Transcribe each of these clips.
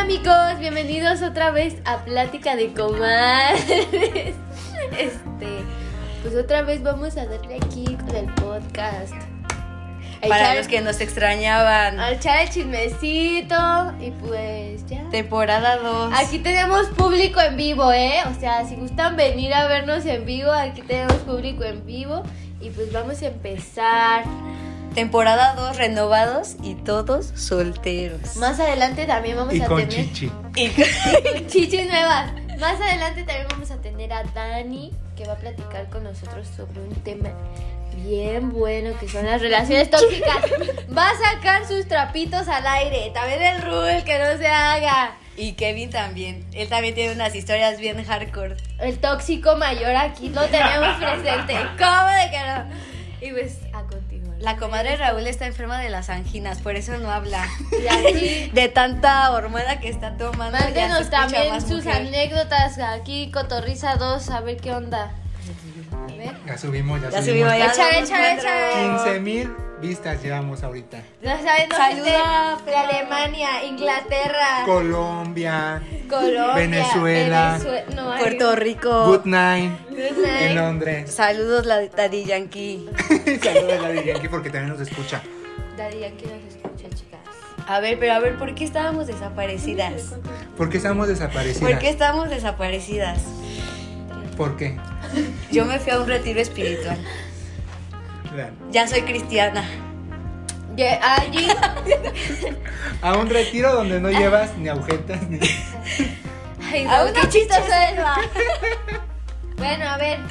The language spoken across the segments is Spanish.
amigos, bienvenidos otra vez a Plática de Comadres. Pues otra vez vamos a darle aquí con el podcast. Para los que nos extrañaban. A echar el chismecito y pues ya. Temporada 2. Aquí tenemos público en vivo, O sea, si gustan venir a vernos en vivo, aquí tenemos público en vivo. Y pues vamos a empezar. Temporada 2, renovados y todos solteros. Más adelante también vamos a con tener chichi. Y con chichis nuevas. Más adelante también vamos a tener a Dani, que va a platicar con nosotros sobre un tema bien bueno, que son las relaciones tóxicas. Va a sacar sus trapitos al aire. También el Rul, que no se haga. Y Kevin también. Él también tiene unas historias bien hardcore. El tóxico mayor aquí lo tenemos presente. ¿Cómo de que no? Y pues a continuar. La comadre Raúl está enferma de las anginas, por eso no habla. Y aquí De tanta hormona que está tomando. mándenos también sus anécdotas aquí, Cotorriza 2, a ver qué onda. A ver. Ya subimos. Ya. Échale. 15,000 vistas llevamos ahorita. No saben dónde Saluda, esté. De Alemania, Inglaterra, Colombia, Colombia, Venezuela, no, hay- Puerto Rico. Good Night, Good night. en Londres. Saludos, la Daddy Yankee. Saludos a la Yankee porque también nos escucha. Daddy, aquí nos escucha, chicas. A ver, ¿por qué estábamos desaparecidas? ¿Por qué estamos desaparecidas? ¿Por qué estamos desaparecidas? ¿Por qué? Yo me fui a un retiro espiritual. Claro. Ya soy cristiana. Allí, A un retiro donde no llevas ni agujetas ni... ay, A no, una qué chistoso chicha es. Bueno, a ver.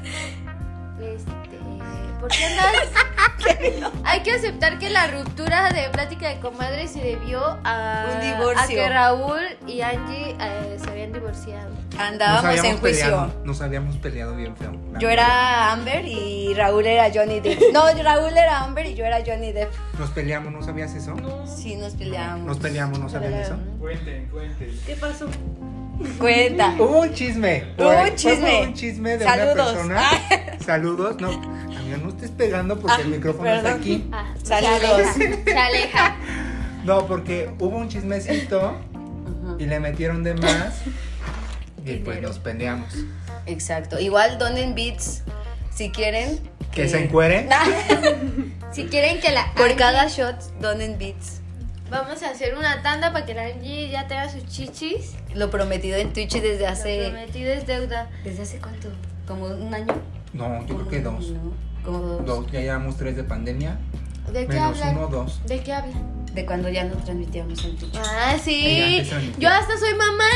¿Por qué andas? Hay que aceptar que la ruptura de Plática de Comadres se debió a Un divorcio. a que Raúl y Angie se habían divorciado. Andábamos en juicio. Nos habíamos peleado bien feo. Yo era Amber y Raúl era Johnny Depp. No, Raúl era Amber y yo era Johnny Depp. Nos peleamos, ¿no sabías eso? Sí, nos peleábamos. Nos peleamos, ¿no sabían eso? Cuenten. ¿Qué pasó? Cuenta. Hubo un chisme. Hubo un chisme. Fue un chisme de Saludos. una persona. Saludos. No, amiga, no estés pegando porque el micrófono está perdón. aquí. Saludos. Se aleja. No, porque hubo un chismecito y le metieron de más y pues nos peleamos. Exacto. Igual donen beats si quieren. ¿Que se encuere? Si quieren que la Por Angie- cada shot donen beats. Vamos a hacer una tanda para que la Angie ya tenga sus chichis. Lo prometido en Twitch desde Lo hace. prometido es deuda. ¿Desde hace cuánto? ¿Como un año? No, yo creo que dos. No, como dos. Dos, ya llevamos 3 de pandemia. ¿De qué Menos hablan? 1, 2. ¿De qué hablan? De cuando ya no transmitíamos en Twitch. Ah, Ya sí. empezaron a Yo hasta soy mamá.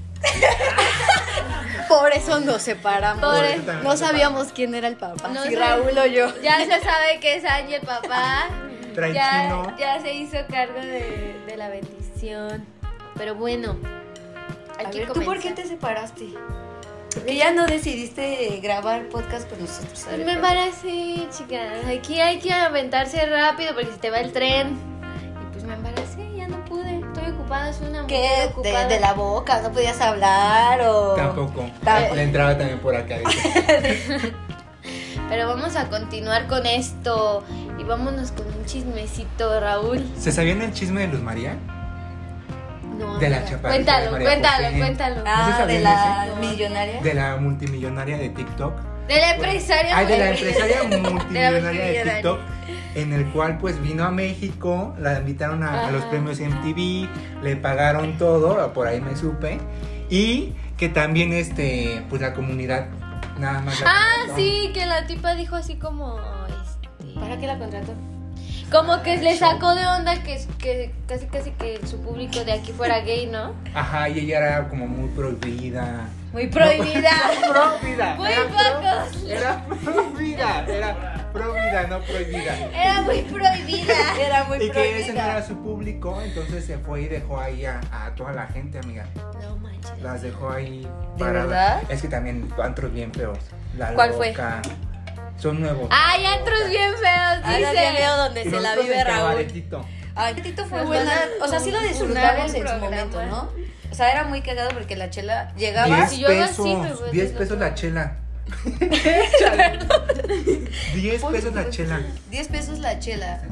Por eso nos separamos. Por eso también No nos sabíamos quién era el papá. No si sé. Raúl o yo. Ya se sabe que es Angie el papá. Trae Ya, chino. ya se hizo cargo de la bendición. Pero bueno, hay A que ver, ¿tú por qué comenzar. te separaste? Porque ya no decidiste grabar podcast con nosotros. A ver, Me embaracé, chicas. Aquí hay que aventarse rápido porque se te va el tren. Y pues me embaracé, ya no pude. Estoy ocupada, soy una mujer ¿qué? ocupada. De la boca, ¿no podías hablar o...? Tampoco. Tampoco. Le entraba también por acá. dice. Pero vamos a continuar con esto. Y vámonos con un chismecito, Raúl. ¿Se sabían el chisme de Luz María? No, De la amiga. chaparrita de María José. Cuéntalo. ¿No se Ah, sabían de la ese? millonaria. De la multimillonaria de TikTok. De la empresaria. Ay, de la empresaria De la multimillonaria de multimillonaria. TikTok, en el cual pues vino a México, la invitaron a los Ajá. premios MTV, le pagaron todo, por ahí me supe, y que también pues la comunidad nada más la Ah, contrató. sí, que la tipa dijo así como... ¿Para qué la contrató? Como que le sacó de onda que casi que su público de aquí fuera gay, ¿no? Ajá, y ella era como muy prohibida. Muy prohibida. Prohibida. Muy era pocos. Era prohibida, no prohibida. Era muy prohibida. Era muy Y que ese no prohibida. era su público, entonces se fue y dejó ahí a toda la gente, amiga. No manches. Las dejó ahí ¿De paradas. verdad? Es que también antros bien feos. La ¿Cuál fue? Loca. Son nuevos. Ay, antros bien feos, Ahí la bien dice. veo donde Y se la nosotros vive en Raúl. Cabaretito. Ay, Tito fue Nos buena. van a O sea, sí lo funar disfrutamos el en su programa. momento, ¿no? O sea, era muy cagado porque la chela llegaba. 10 si yo hago pesos. así, me voy 10 del pesos otro la chela. 10 pesos la chela. 10 pesos la chela.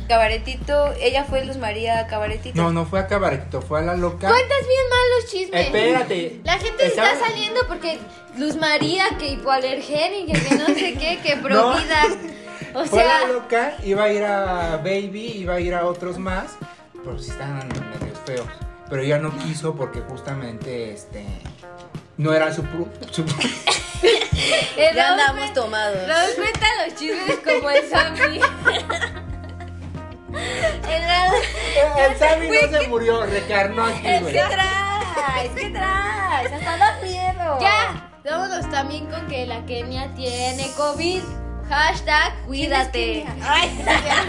Cabaretito, ella fue Luz María Cabaretito. No fue a Cabaretito, fue a La Loca. Cuentas bien mal los chismes. Espérate. La gente está saliendo porque Luz María, que hipoalergénica, que no sé qué, que provida. O Fue a sea, La Loca, iba a ir a Baby, iba a ir a otros más, pero sí estaban medio feos. Pero ella no quiso porque justamente no era su Ya andamos tomados. Raúl cuenta los chismes como el Sammy. El Sammy no se murió, recarnó aquí, güey. ¿Qué traes? Hasta da miedo. Ya, vámonos también con que la Kenia tiene COVID. Hashtag cuídate. Ay,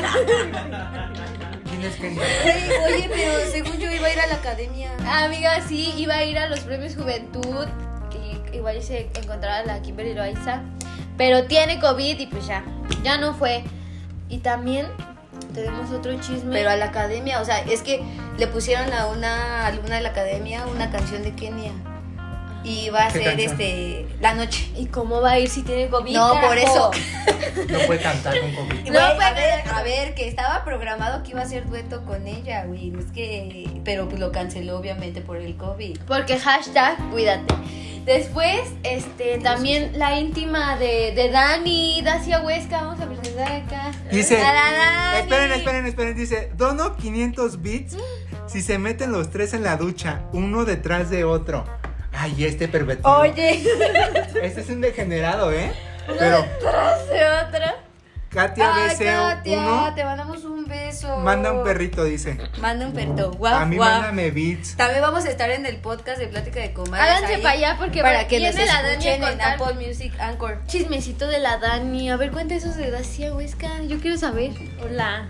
¿Quién es Kenia? oye, pero según yo iba a ir a la academia. Amiga, sí, iba a ir a los premios Juventud. Que igual se encontraba la Kimberly Loaiza. Pero tiene COVID y pues ya no fue. Y también tenemos otro chisme. Pero a la academia, o sea, es que le pusieron a una alumna de la academia una canción de Kenia. Y va a ¿Qué ser canción? La noche. ¿Y cómo va a ir si tiene COVID? No, por eso. No puede cantar con COVID. No, Güey, pues, a ver, que estaba programado que iba a hacer dueto con ella, güey. No es que. Pero pues lo canceló, obviamente, por el COVID. Porque hashtag cuídate. Después, también la íntima de Dani, Dacia Huesca, vamos a presentar acá. Dice, A la Dani. esperen, dice, dono 500 bits si se meten los tres en la ducha, uno detrás de otro. Ay, pervertido. Oye. Este es un degenerado, ¿eh? Pero Hace otra. Katia Ay, BCO Katia, 1 te mandamos un beso. manda un perrito, dice. Manda un perrito. Guau, A mí guau. mándame bits. También vamos a estar en el podcast de Plática de Comadres. Háganse ahí, para allá porque para que nos viene la Dani a escuchen en contar Apple Music Anchor. chismecito de la Dani. A ver, cuenta esos de Dacia Huesca. Yo quiero saber. Hola.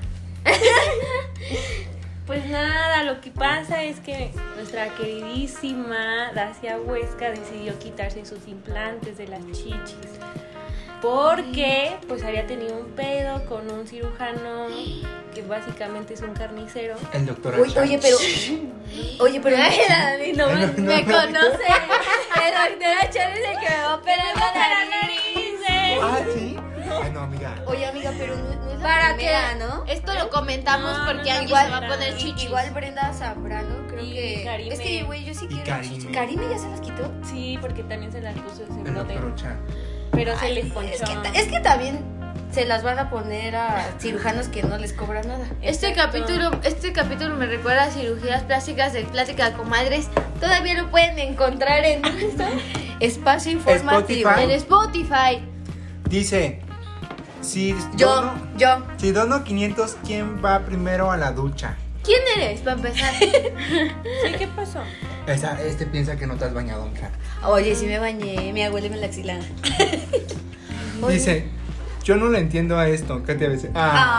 Pues nada, lo que pasa es que nuestra queridísima Dacia Huesca decidió quitarse sus implantes de las chichis. Porque pues había tenido un pedo con un cirujano que básicamente es un carnicero. El doctor Oye, pero. Ay, la Dani no me, No, me no. conoce. El doctor Achar es el que me va a operar la nariz. Ah, ¿sí? Ay, no, amiga. Oye, amiga, pero no es la Para primera, que ¿no? esto lo comentamos No, porque no, Angie igual- se va a poner chichis. Igual Brenda Zambrano, creo Y que. Karime. Es que, güey, yo sí Y quiero Karime. chichis. ¿Karime ya se las quitó? Sí, porque también se las puso ese El brote. doctor Ocha. Pero se Ay, les ponchó. es que también se las van a poner a cirujanos que no les cobran nada. Este Exacto. capítulo me recuerda a cirugías plásticas de Plática de Comadres. Todavía lo pueden encontrar en Espacio informativo. Spotify. en Spotify. Dice, si Yo. si dono 500, ¿quién va primero a la ducha? ¿Quién eres para empezar? Sí, ¿qué pasó? Piensa que no te has bañado, mija. Oye, sí me bañé, mi abuela me la axila. Dice, yo no le entiendo a esto. ¿Qué te ves?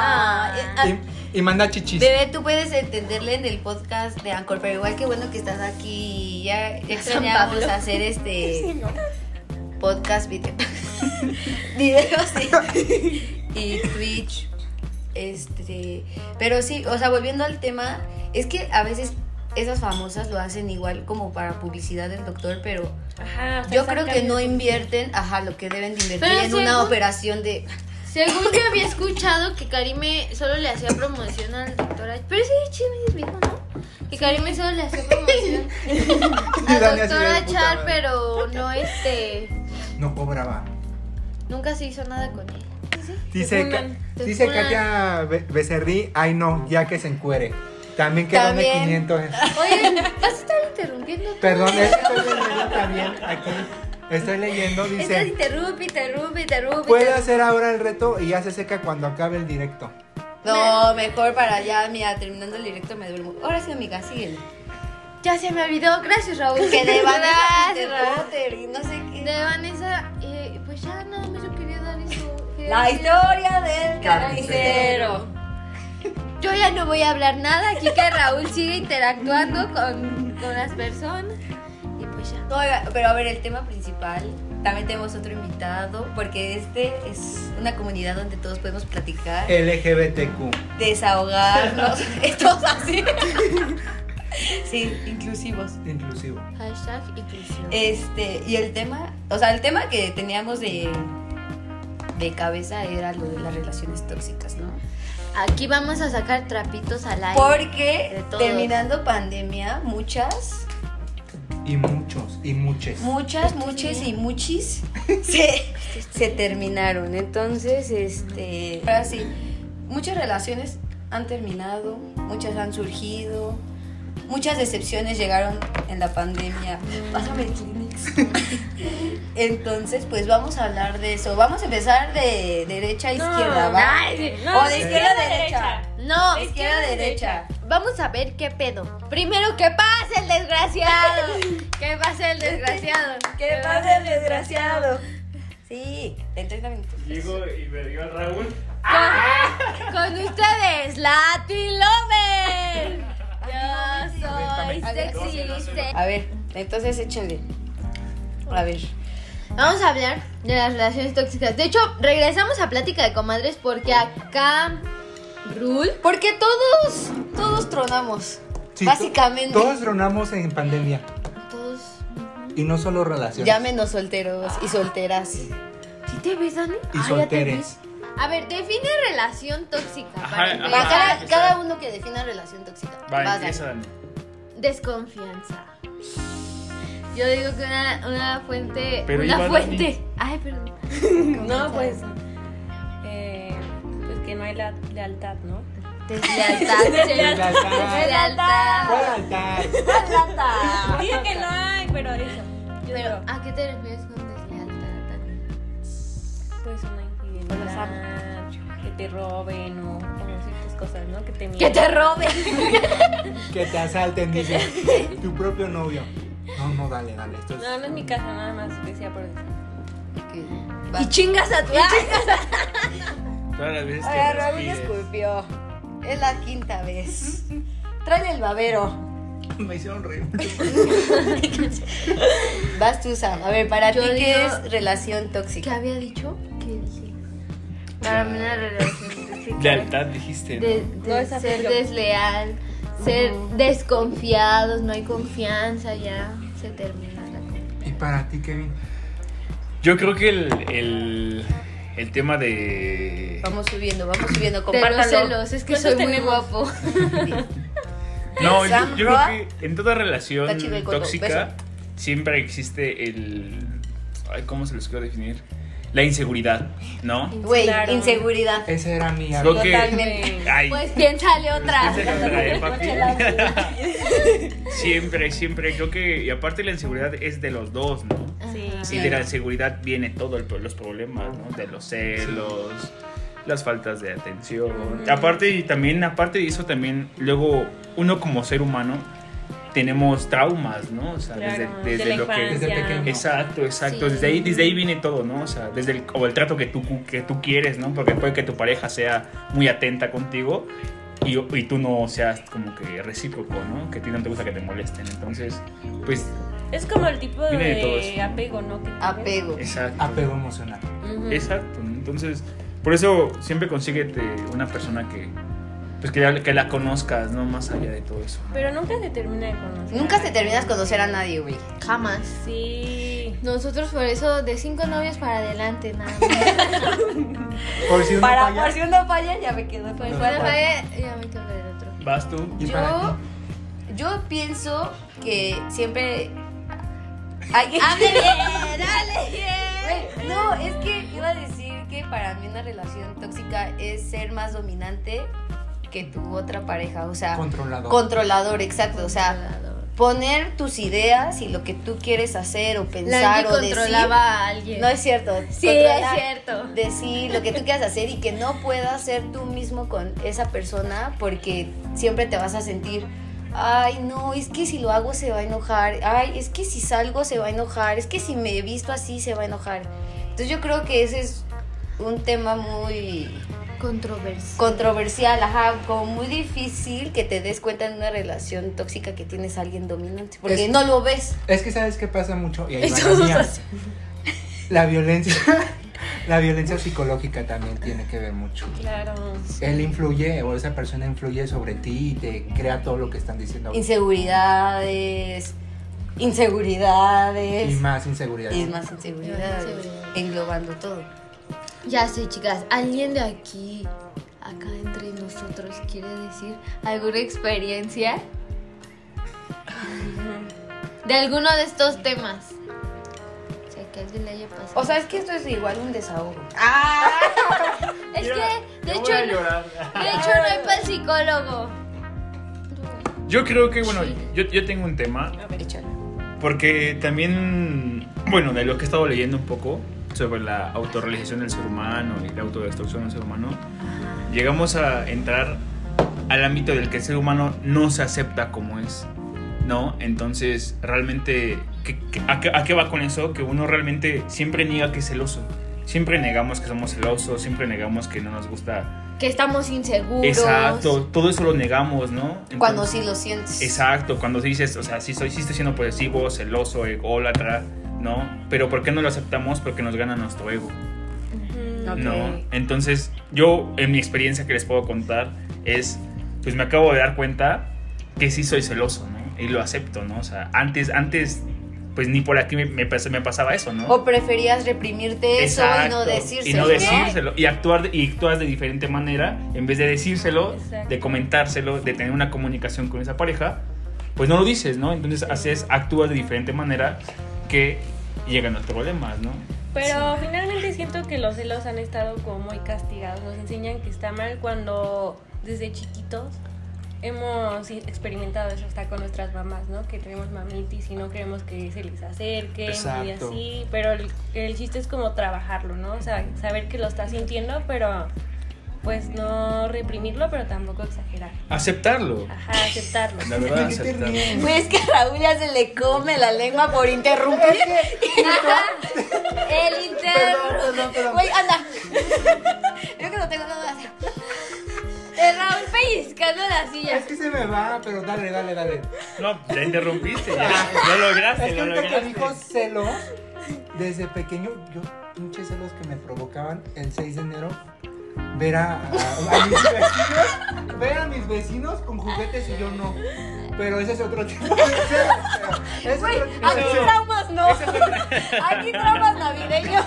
Y manda chichis. Bebé, tú puedes entenderle en el podcast de Anchor, pero igual que bueno que estás aquí. Ya extrañamos Pablo. hacer podcast videos y Twitch. Pero sí, o sea, volviendo al tema, es que a veces esas famosas lo hacen igual como para publicidad del doctor, pero Ajá. yo creo que no invierten, lo que deben de invertir Pero en una según- operación de. Según yo había escuchado que Karime solo le hacía promoción al doctor Achar. Pero ese chisme es viejo, ¿no? Que Karime solo le hacía promoción Y al Dani así doctor de puta Achar, madre. pero no No cobraba. nunca se hizo nada con él. Dice, funan. Te dice funan. Katia Becerrí, ay no, ya que se encuere. También que done También. 500. Oye, ¿vas a estar interrumpiendo tú? Perdón, es que estoy leyendo también aquí. Estoy leyendo, Estás dice, interrumpe. puede hacer ahora el reto y ya se seca cuando acabe el directo. No, mejor para allá, mira, terminando el directo me duermo. Ahora sí, amiga, síguele. Ya se me olvidó. Gracias, Raúl. Que de Vanessa Gracias, Raúl. Potter y no sé qué. De Vanessa, pues ya nada más yo quería dar eso. La historia del Carnicero. carnicero. Yo ya no voy a hablar nada, aquí que Raúl sigue interactuando con las personas. Y pues ya. Oiga, pero a ver, el tema principal, también tenemos otro invitado, porque es una comunidad donde todos podemos platicar, LGBTQ. desahogarnos, todos así. Sí, inclusivos. Inclusivo. Hashtag inclusión. Y el tema, o sea, el tema que teníamos de de cabeza era lo de las relaciones tóxicas, ¿no? Aquí vamos a sacar trapitos al aire. Porque De todos. terminando pandemia, muchas Y muchos, y muches. muchas y muchis se terminaron. Entonces, ahora sí, muchas relaciones han terminado, muchas han surgido, muchas decepciones llegaron en la pandemia. Pásame el Kleenex. Entonces, pues vamos a hablar de eso. Vamos a empezar de derecha a izquierda, No, ¿va? ay, o de izquierda a derecha. No, De izquierda a derecha. vamos a ver qué pedo. Primero, ¿qué pasa el desgraciado? ¿Qué pasa el desgraciado? ¿Qué pasa el desgraciado? Sí, en 30 minutos. Llego y me dio a Raúl. Con ustedes, Latin Lover. Yo soy sexy. A ver, entonces échenle. A ver. Vamos a hablar de las relaciones tóxicas. De hecho, regresamos a plática de comadres porque acá Rule. Porque todos tronamos. Sí, básicamente. Todos tronamos en pandemia. Todos. Y no solo relaciones. Llámenos solteros y solteras. ¿Sí te ves, Dani? Y Ah, ya te solteres. ves. A ver, define relación tóxica. Ajá, para ajá. empezar. Cada uno que defina relación tóxica. Va, Vas, empieza, Dani. Dani. Desconfianza. Yo digo que una fuente. Pero una iba fuente. Dani. Ay, perdón. No, pues que no hay la lealtad, ¿no? Deslealtad. Deslealtad. Deslealtad. ¿Cuál altar? Dije que no hay, pero eso. Yo Pero, digo, ¿a qué te refieres con deslealtad, Dani? pues una infidelidad, que te roben o ciertas cosas, ¿no? Que te Que mientan. te roben. Que te asalten, dice tu propio novio. No, dale. Esto es... No, no es mi caso, nada más decía por eso. Va. Y chingas a tu Todas las veces que Ay, Raúl respires. esculpió. Es la quinta vez. Tráele el babero. Me hicieron reír. Vas tú, Sam. A ver, para Yo ti, ¿qué digo- es relación ¿Qué tóxica? había dicho? ¿Qué dije? Para mí una relación tóxica. Lealtad dijiste, ¿no? De No, es ser apego. desleal, ser desconfiados, no hay confianza, ya se termina la confianza. ¿Y para ti, Kevin? Yo creo que el tema de... Vamos subiendo, De los compártanlo. celos, es que soy ¿Cuántos muy tenemos? guapo. No, Sam yo creo Roa. que en toda relación Está chido el coto. tóxica Beso. siempre existe ay, ¿cómo se los quiero definir? La inseguridad, ¿no? Güey, Claro. inseguridad. Esa era mi Creo que... Totalmente. Ay, Pues piénsale otra. ¿quién se la trae, papi? Siempre, creo que... Y aparte la inseguridad es de los dos, ¿no? Sí. Y de la inseguridad viene todos los problemas, ¿no? De los celos, las faltas de atención. Aparte de eso también, luego uno como ser humano tenemos traumas, ¿no? O sea, Claro, desde de la lo que... Desde pequeño. Exacto. Sí. Desde ahí viene todo, ¿no? O sea, desde el trato que tú quieres, ¿no? Porque puede que tu pareja sea muy atenta contigo y tú no seas como que recíproco, ¿no? Que a ti no te gusta que te molesten. Entonces, pues, Es como el tipo Viene de todo de eso. apego, ¿no? Que tienes. Apego. exacto. Apego emocional. Ujú. Exacto. Entonces, por eso siempre consíguete una persona que la conozcas, ¿no? Más allá de todo eso. Pero nunca se termina de conocer. Nunca te terminas de conocer a nadie, güey. Jamás. Sí. Nosotros por eso de 5 novios para adelante, nada más. Por si uno Para falla. por si uno falla, ya me quedo. Pues No. una falla, ya me quedo del otro. ¿Vas tú? ¿Y para Yo pienso que siempre hay ¡Hable bien! ¡Hable bien! Güey, no, es que iba a decir que para mí una relación tóxica es ser más dominante que tu otra pareja, o sea, Controlador. controlador, exacto, o sea, poner tus ideas y lo que tú quieres hacer o pensar Landy o decir. controlaba a alguien. No es cierto. Sí, controlar, es cierto. Decir lo que tú quieras hacer y que no puedas ser tú mismo con esa persona porque siempre te vas a sentir, ay, no, es que si lo hago se va a enojar, ay, es que si salgo se va a enojar, es que si me he visto así se va a enojar. Entonces yo creo que ese es un tema muy controversial, ajá, como muy difícil que te des cuenta en una relación tóxica que tienes a alguien dominante, porque no lo ves. Es que sabes qué pasa mucho y ahí va Eso la mía. pasa. La violencia. La violencia psicológica también tiene que ver mucho. Claro. Él influye o esa persona influye sobre ti y te crea todo lo que están diciendo. Inseguridades. Y más inseguridad. Y más inseguridades, englobando todo. Ya sé, chicas, ¿alguien de aquí, acá entre nosotros, quiere decir alguna experiencia de alguno de estos temas? O sea, que a alguien le haya pasado. O sea, es que esto es igual un desahogo. Es que, de hecho, voy a llorar. no hay para el psicólogo. Yo creo que, bueno, yo tengo un tema, A ver, échale. porque también, bueno, de lo que he estado leyendo un poco sobre la autorrealización del ser humano y la autodestrucción del ser humano, llegamos a entrar al ámbito del que el ser humano no se acepta como es, ¿no? Entonces, realmente, ¿a qué va con eso? Que uno realmente siempre niega que es celoso. Siempre negamos que somos celosos, siempre negamos que no nos gusta. Que estamos inseguros. Exacto, todo eso lo negamos, ¿no? Entonces, Cuando sí lo sientes. exacto, cuando dices, o sea, sí estoy siendo posesivo, celoso, ególatra, ¿no? Pero ¿por qué no lo aceptamos? Porque nos gana nuestro ego, Ok. ¿no? Entonces, yo, en mi experiencia que les puedo contar, es, pues me acabo de dar cuenta que sí soy celoso, ¿no? Y lo acepto, ¿no? O sea, antes pues ni por aquí me pasaba eso, ¿no? O preferías reprimirte eso y no Exacto, decírselo. y no decírselo, y actúas de diferente manera, en vez de decírselo, Exacto. de comentárselo, de tener una comunicación con esa pareja, pues no lo dices, ¿no? Entonces actúas de diferente manera que llegan los problemas, ¿no? Pero finalmente siento que los celos han estado como muy castigados. Nos enseñan que está mal cuando desde chiquitos hemos experimentado eso hasta con nuestras mamás, ¿no? Que tenemos mamitis y no queremos que se les acerquen y Exacto. así. Pero el chiste es como trabajarlo, ¿no? O sea, saber que lo estás sintiendo, pero pues no reprimirlo, pero tampoco exagerar. Aceptarlo. Ajá, aceptarlo. La verdad, aceptarlo. Güey, es que a Raúl ya se le come la lengua por interrumpir. El interno. Perdón. Güey, anda. Yo que no tengo nada que hacer. El Raúl pellizcando la silla. Es que se me va, pero dale. No, ya interrumpiste, ya. Lo lograste, Es que lo ahorita que lograste. dijo celos, desde pequeño, yo pinches celos que me provocaban el 6 de enero. Ver a mis vecinos con juguetes y yo no. Pero ese es otro tipo de celos. Es Güey, otro tipo de aquí celos. traumas no. Aquí traumas navideños.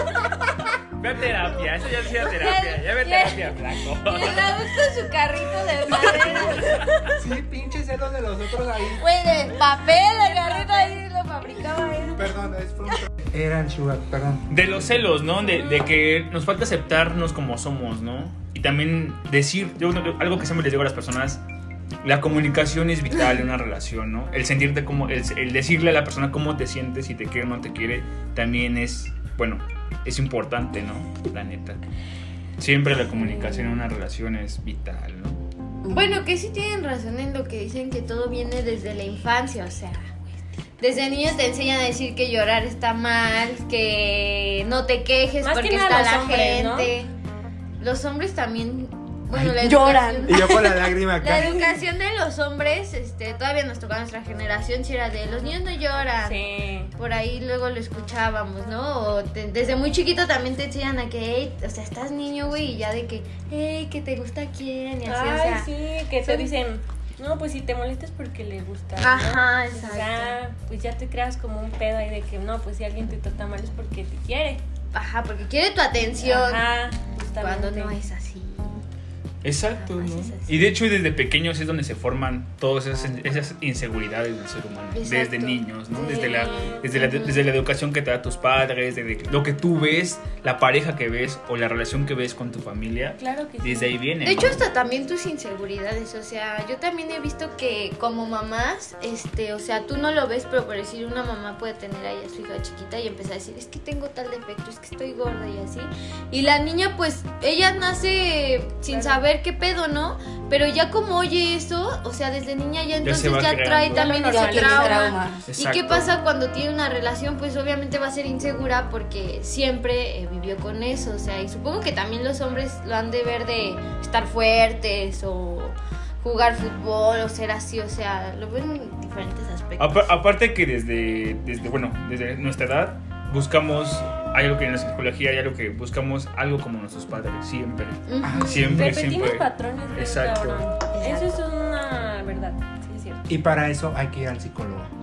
Ve a terapia, eso ya es terapia. Ya ve a terapia, flaco. Y el Raúl con su carrito de madera. Sí, pinches celos de los otros ahí. Güey, de papel, la carreta ahí lo fabricaba él. Perdón, es pronto. Eran sugar, perdón. De los celos, ¿no? De que nos falta aceptarnos como somos, ¿no? Y también decir, algo que siempre les digo a las personas, la comunicación es vital en una relación, ¿no? El sentirte como, el decirle a la persona cómo te sientes, si te quiere o no te quiere, también es, bueno, es importante, ¿no? La neta. Siempre la comunicación en una relación es vital, ¿no? Bueno, que sí tienen razón en lo que dicen que todo viene desde la infancia, o sea, desde niño te enseñan a decir que llorar está mal, que no te quejes Más que porque nada está los la hombres, ¿no? gente. Los hombres también, bueno, la lloran. educación- Y yo con la lágrima La acá. educación de los hombres, todavía nos tocó a nuestra generación, si era de los niños no lloran. Sí. Por ahí luego lo escuchábamos, ¿no? O desde muy chiquito también te enseñan a que, hey, o sea, estás niño, güey, y ya de que, hey, que te gusta quién, y así, Ay, o sea. sí, que te son- dicen, no, pues si te molestas porque le gusta. ¿no? Ajá, O sea, exacto. pues ya te creas como un pedo ahí de que no, pues si alguien te trata mal es porque te quiere. Ajá, porque quiere tu atención. Ajá, justamente. Cuando no es así. Exacto, Jamás ¿no? es así. Y de hecho desde pequeños es donde se forman todas esas inseguridades del ser humano. Exacto. Desde niños, ¿no? Sí. Desde la educación que te da tus padres, desde lo que tú ves, la pareja que ves o la relación que ves con tu familia. Claro que sí. Desde ahí viene. De hecho, ¿no? hasta también tus inseguridades, o sea, yo también he visto que como mamás, o sea, tú no lo ves, pero por decir, una mamá puede tener ahí a su hija chiquita y empezar a decir, es que tengo tal defecto, es que estoy gorda y así. Y la niña, pues, ella nace sin Claro. saber qué pedo, ¿no? Pero ya como oye eso, o sea, desde niña ya se entonces va ya creando. trae también Ya lo ese normaliza. trauma. ¿Y Exacto. qué pasa cuando tiene una relación? Pues obviamente va a ser insegura porque siempre vivió con eso, o sea, y supongo que también los hombres lo han de ver de estar fuertes o jugar fútbol o ser así, o sea, lo ven en diferentes aspectos. Aparte que desde nuestra edad buscamos algo que en la psicología hay algo que buscamos algo como nuestros padres, siempre. Ujú. Siempre, Repetimos siempre. patrones. bien Exacto. cabrón. Eso es una verdad, sí es cierto. Y para eso hay que ir al psicólogo.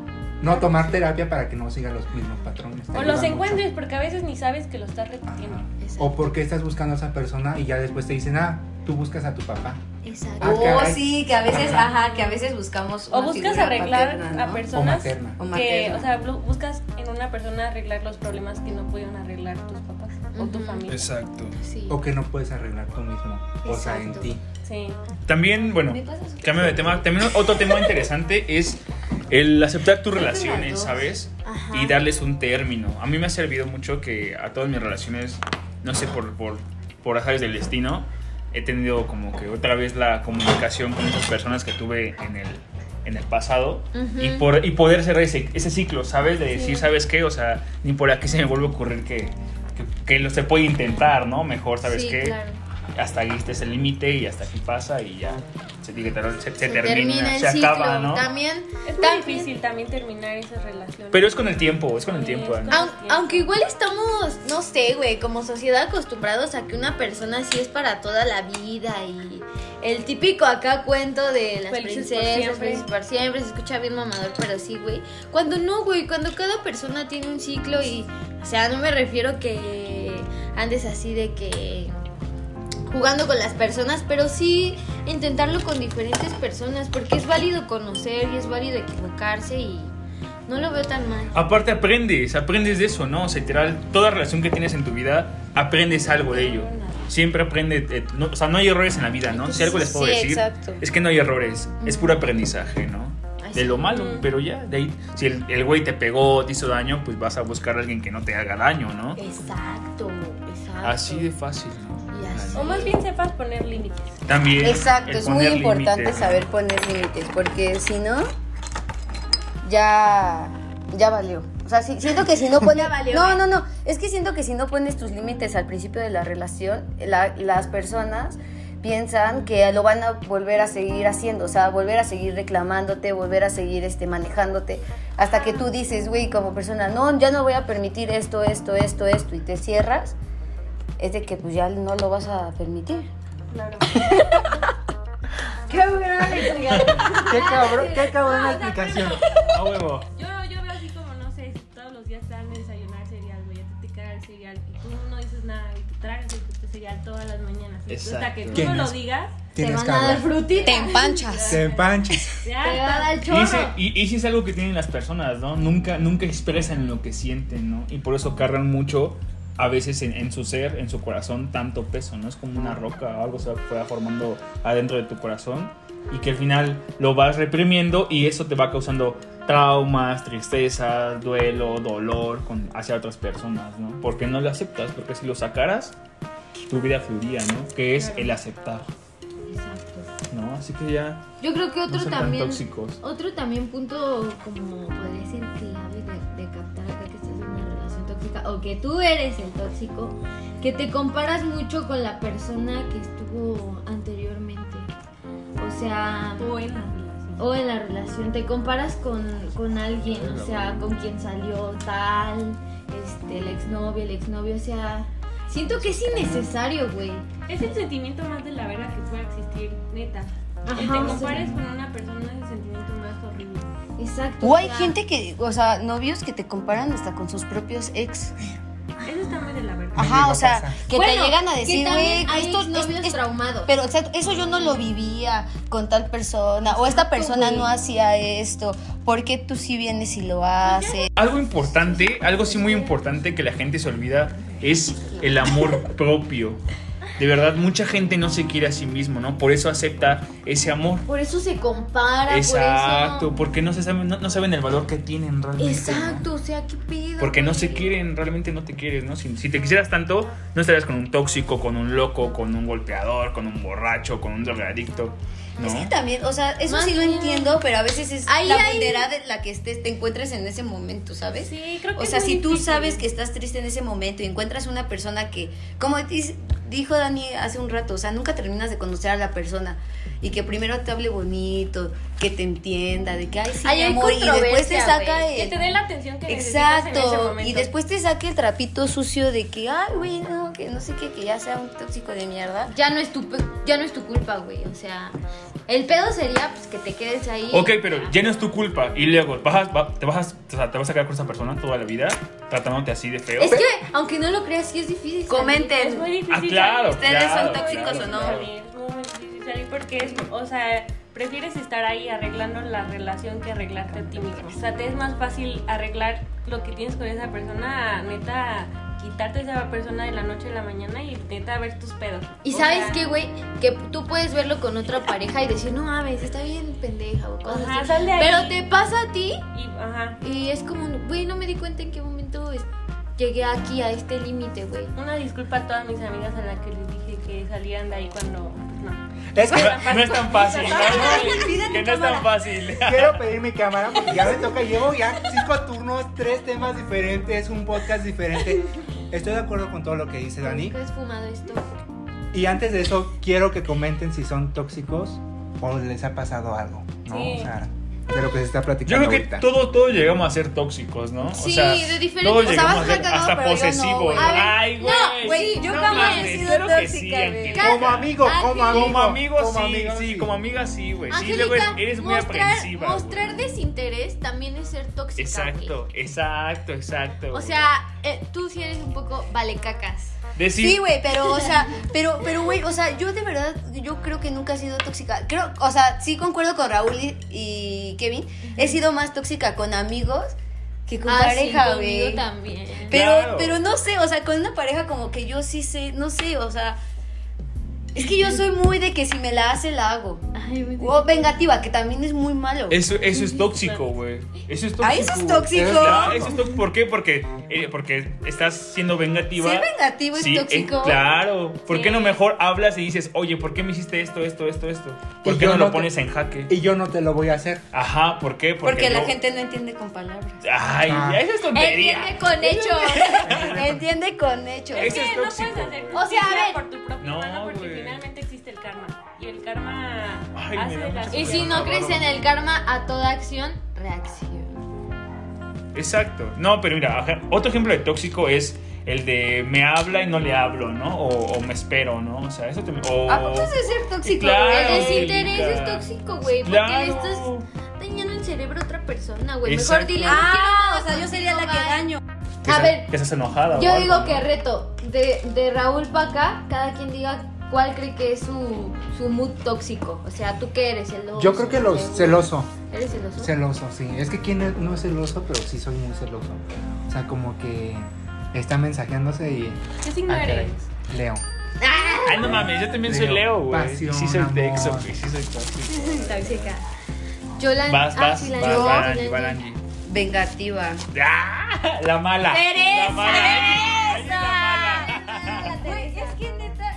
no tomar terapia para que no sigan los mismos patrones. Te O ayuda los mucho. encuentres, porque a veces ni sabes que lo estás repitiendo. O porque estás buscando a esa persona y ya después te dicen, tú buscas a tu papá. Exacto. Ah, Oh, caray. sí, que a veces, que a veces buscamos O una buscas figura arreglar paterna, a ¿no? O personas materna. O que, materna. o sea, buscas en una persona arreglar los problemas que no pudieron arreglar tus papás o tu Ujú. familia. Exacto. Sí. O que no puedes arreglar tú mismo. O sea, en Exacto. ti. Sí. También, bueno, Me pasa eso. cambio de tema. También otro tema interesante es el aceptar tus Creo que las relaciones, dos. ¿sabes? Ajá. Y darles un término. A mí me ha servido mucho que a todas mis relaciones, no sé, por azares del destino, he tenido como que otra vez la comunicación con esas personas que tuve en el pasado Ujú. y poder cerrar ese ciclo, ¿sabes? De decir, ¿sabes qué? O sea, ni por aquí se me vuelve a ocurrir que lo se puede intentar, ¿no? Mejor, ¿sabes Sí, qué? claro. Hasta aquí está el límite y hasta aquí pasa y ya se Se termina, el se ciclo. acaba, ¿no? También, Es muy también- difícil también terminar esas relaciones. Pero es con el tiempo, es con el Sí, tiempo. es Ana. con- Aunque igual estamos, no sé, güey, como sociedad acostumbrados a que una persona sí es para toda la vida y el típico acá cuento de las Felices por princesas, siempre. felices por siempre, se escucha bien mamador, pero sí, güey. Cuando no, güey, cuando cada persona tiene un ciclo y, o sea, no me refiero que andes así de que jugando con las personas, pero sí intentarlo con diferentes personas, porque es válido conocer y es válido equivocarse y no lo veo tan mal. Aparte aprendes de eso, ¿no? O sea, literal, toda relación que tienes en tu vida, aprendes algo de ello. Siempre aprende, o sea, no hay errores en la vida, ¿no? Si algo les puedo Sí, decir, exacto. es que no hay errores, es puro aprendizaje, ¿no? De lo malo, pero ya, de ahí, si el güey te pegó, te hizo daño, pues vas a buscar a alguien que no te haga daño, ¿no? Exacto, exacto. Así de fácil, ¿no? Y así. O más bien sepas poner límites. También. Exacto, el es muy poner importante límites, ¿no? saber poner límites, porque si no, ya valió. O sea, siento que si no pones... Ya valió, No, es que siento que si no pones tus límites al principio de la relación, las personas piensan que lo van a volver a seguir haciendo, o sea, volver a seguir reclamándote, volver a seguir manejándote, hasta que tú dices, güey, como persona, no, ya no voy a permitir esto, y te cierras, es de que pues ya no lo vas a permitir. Claro. ¡Qué gran explicación! Qué cabrón la explicación. A huevo. Yo veo así como, no sé, si todos los días te dan de desayunar cereal, güey, ya te cae el cereal y tú no dices nada y te tragas el cereal todas las mañanas. Y hasta Exacto. que tú ¿Quién no lo es? digas, Te Tienes van que a dar hablar. frutita. Te empanchas. Te empanches. ya Te va a dar Y chorro. ese es algo que tienen las personas, ¿no? Nunca expresan lo que sienten, ¿no? Y por eso cargan mucho, a veces en su ser, en su corazón, tanto peso, ¿no? Es como una roca o algo se va formando adentro de tu corazón y que al final lo vas reprimiendo y eso te va causando traumas, tristezas, duelo, dolor hacia otras personas, ¿no? Porque no lo aceptas, porque si lo sacaras, tu vida fluiría, ¿no? Que es el aceptar, Exacto. ¿no? Así que ya Yo creo que no otro sean tan también, tóxicos. otro también punto como podría ser clave de captar acá que estás en una relación tóxica o que tú eres el tóxico, que te comparas mucho con la persona que estuvo anteriormente. O sea, o en la relación. o en la relación te comparas con alguien, o sea, con quien salió tal, el exnovio, el exnovio, o sea, siento que es innecesario, güey. Es el sentimiento más de la verga que pueda existir, neta. Ajá, El te o sea, compares con una persona es el sentimiento más horrible. Exacto. O hay sea, gente que, o sea, novios que te comparan hasta con sus propios ex. Eso está muy de la verga. Me Ajá, llegó o a sea, pasar. que Bueno, te llegan a que decir, también güey, hay esto novios traumados. Pero exacto, eso yo no lo vivía con tal persona, o esta Exacto, persona güey. no hacía esto, ¿por qué tú sí vienes y lo haces? Algo importante, algo sí muy importante que la gente se olvida es el amor propio. De verdad, mucha gente no se quiere a sí mismo, ¿no? Por eso acepta ese amor. Por eso se compara, Exacto, por porque no saben el valor que tienen realmente. eso. ¿no? Exacto, o sea, qué pedo. Porque no se güey? quieren, realmente no te quieres, ¿no? Si te quisieras tanto, no estarías con un tóxico, con un loco, con un golpeador, con un borracho, con un drogadicto, ¿no? Es que también, o sea, eso Más sí lo bien. entiendo, pero a veces es Ahí la hay- vulnerabilidad en la que te encuentres en ese momento, ¿sabes? Sí, creo que O es sea, muy si tú difícil. sabes que estás triste en ese momento y encuentras una persona que, como dijo Dani hace un rato, o sea, nunca terminas de conocer a la persona y que primero te hable bonito, que te entienda, de que, ay, sí, Ahí mi hay amor, y después te controversia, saca güey. Que te dé la atención que necesitas en ese Exacto, momento. y después te saque el trapito sucio de que, ay, güey, no, que no sé qué, que ya sea un tóxico de mierda. Ya no es tu culpa, güey. O sea, el pedo sería pues que te quedes ahí. Ok, pero ya no es tu culpa. Y luego te vas a quedar con esa persona toda la vida tratándote así de feo. Es que, aunque no lo creas, sí es difícil. Es Comenten. muy difícil. Claro. ¿Ustedes claro, son tóxicos claro, o no? claro. Es muy difícil salir porque es, o sea, prefieres estar ahí arreglando la relación que arreglarte a ti mismo. O sea, te es más fácil arreglar lo que tienes con esa persona, neta, quitarte a esa persona de la noche a la mañana y neta ver tus pedos. Y O sabes sea, qué, güey, que tú puedes verlo con otra pareja y decir, no mames, está bien pendeja o cosas Ajá, así. sal de ahí. Pero te pasa a ti Ajá. y es como, güey, no me di cuenta en qué momento llegué aquí a este límite, güey. Una disculpa a todas mis amigas a las que les dije que salían de ahí cuando, pues no. Es que No es tan fácil. Pide tu Que no es tan fácil. quiero pedir mi cámara porque ya me toca. Llevo ya 5 turnos, 3 temas diferentes, un podcast diferente. Estoy de acuerdo con todo lo que dice Dani. ¿Nunca has fumado esto? Y antes de eso, quiero que comenten si son tóxicos o les ha pasado algo, ¿no? Sí. O sea, de lo que se está Yo platicando creo que ahorita. todos llegamos a ser tóxicos, ¿no? Sí, o sea, de diferentes- todos o sea, llegamos vas a a ser cagado, hasta pero yo no, posesivos. güey. A ver, Ay, güey. no, Güey, yo no jamás mames, he sido claro que tóxica, sí, güey. Angélica. Como amigo, como amigo. Como amigo, como sí, amigo, sí, como amiga, sí, güey. Sí, Angélica, luego eres muy aprensiva. güey. mostrar desinterés también es ser tóxica, Exacto, güey. exacto. O güey. sea, tú sí eres un poco valecacas. Decir, Sí, güey, pero, o sea, güey, o sea, yo de verdad, yo creo que nunca he sido tóxica. Creo, o sea, sí concuerdo con Raúl y Kevin. He sido más tóxica con amigos que con pareja, sí, güey. conmigo también. Claro. Pero no sé, o sea, con una pareja como que yo sí sé, no sé, o sea, es que yo soy muy de que si me la hace, la hago. Ay, güey. O vengativa, que también es muy malo. eso es tóxico, güey. Eso es tóxico. Ay, eso es tóxico. Claro, eso es tóxico. ¿Por qué? Porque estás siendo vengativa. Ser vengativo es Sí, tóxico. claro. ¿Por qué Sí. no mejor hablas y dices, oye, ¿por qué me hiciste esto? ¿Por Y qué yo no lo no te- pones en jaque? Y yo no te lo voy a hacer. Ajá, ¿por qué? Porque la yo- gente no entiende con palabras. Ay, Ah. esa es tontería. Entiende con hechos. Entiende con hechos. Eso es que no tóxico, puedes hacer güey. O sea, a justicia ver. por tu propia No, mano porque güey. finalmente existe el karma. Y el karma Ay, hace me da las mucha Y cosas. si no crees en el karma, a toda acción, reacción. Exacto. No, pero mira, ajá, otro ejemplo de tóxico es el de me habla y no le hablo, ¿no? O me espero, ¿no? O sea, eso también. ¿A poco eso es ser tóxico, Claro. güey? El desinterés Angélica. es tóxico, güey. Porque Claro. le estás dañando el cerebro a otra persona, güey. Mejor Exacto. dile. Ah, "No o sea, yo sería la que bye". daño. Que A se- ver, que estás enojada. o Yo algo, digo ¿no? que reto. De Raúl para acá, cada quien diga cuál cree que es su mood tóxico. O sea, ¿tú qué eres? ¿Celoso? Yo creo que los celoso. ¿Eres celoso? Celoso, sí. Es que quien no es celoso, pero sí soy muy celoso. O sea, como que está mensajeándose y. ¿Qué signo Ah, caray. eres? Leo. Ay, no mames, yo también soy Leo, Leo, güey. pasión, Sí soy amor. texto, güey. Sí soy tóxico. Tóxica. Yo la. Vas, sí, la vas, yo, Angie, sí, va, la- Angie. Vengativa. ¡Ah! La mala. Teresa, La mala. Angie, la mala. Güey, es que neta.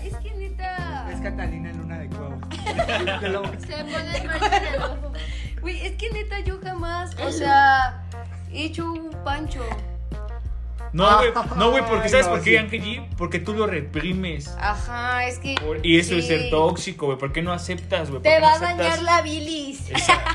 Es Catalina en Luna de Cuevas. Te lo- Se pone el mal en el ojo. Güey, es que neta yo jamás, o sea, he hecho un pancho. No, güey, porque ¿sabes Ay, no, por qué, sí. Angie? Porque tú lo reprimes. Ajá, es que. Y eso es sí. ser tóxico, güey. ¿Por qué no aceptas, güey? ¿Por Te qué no va a aceptas? dañar la bilis.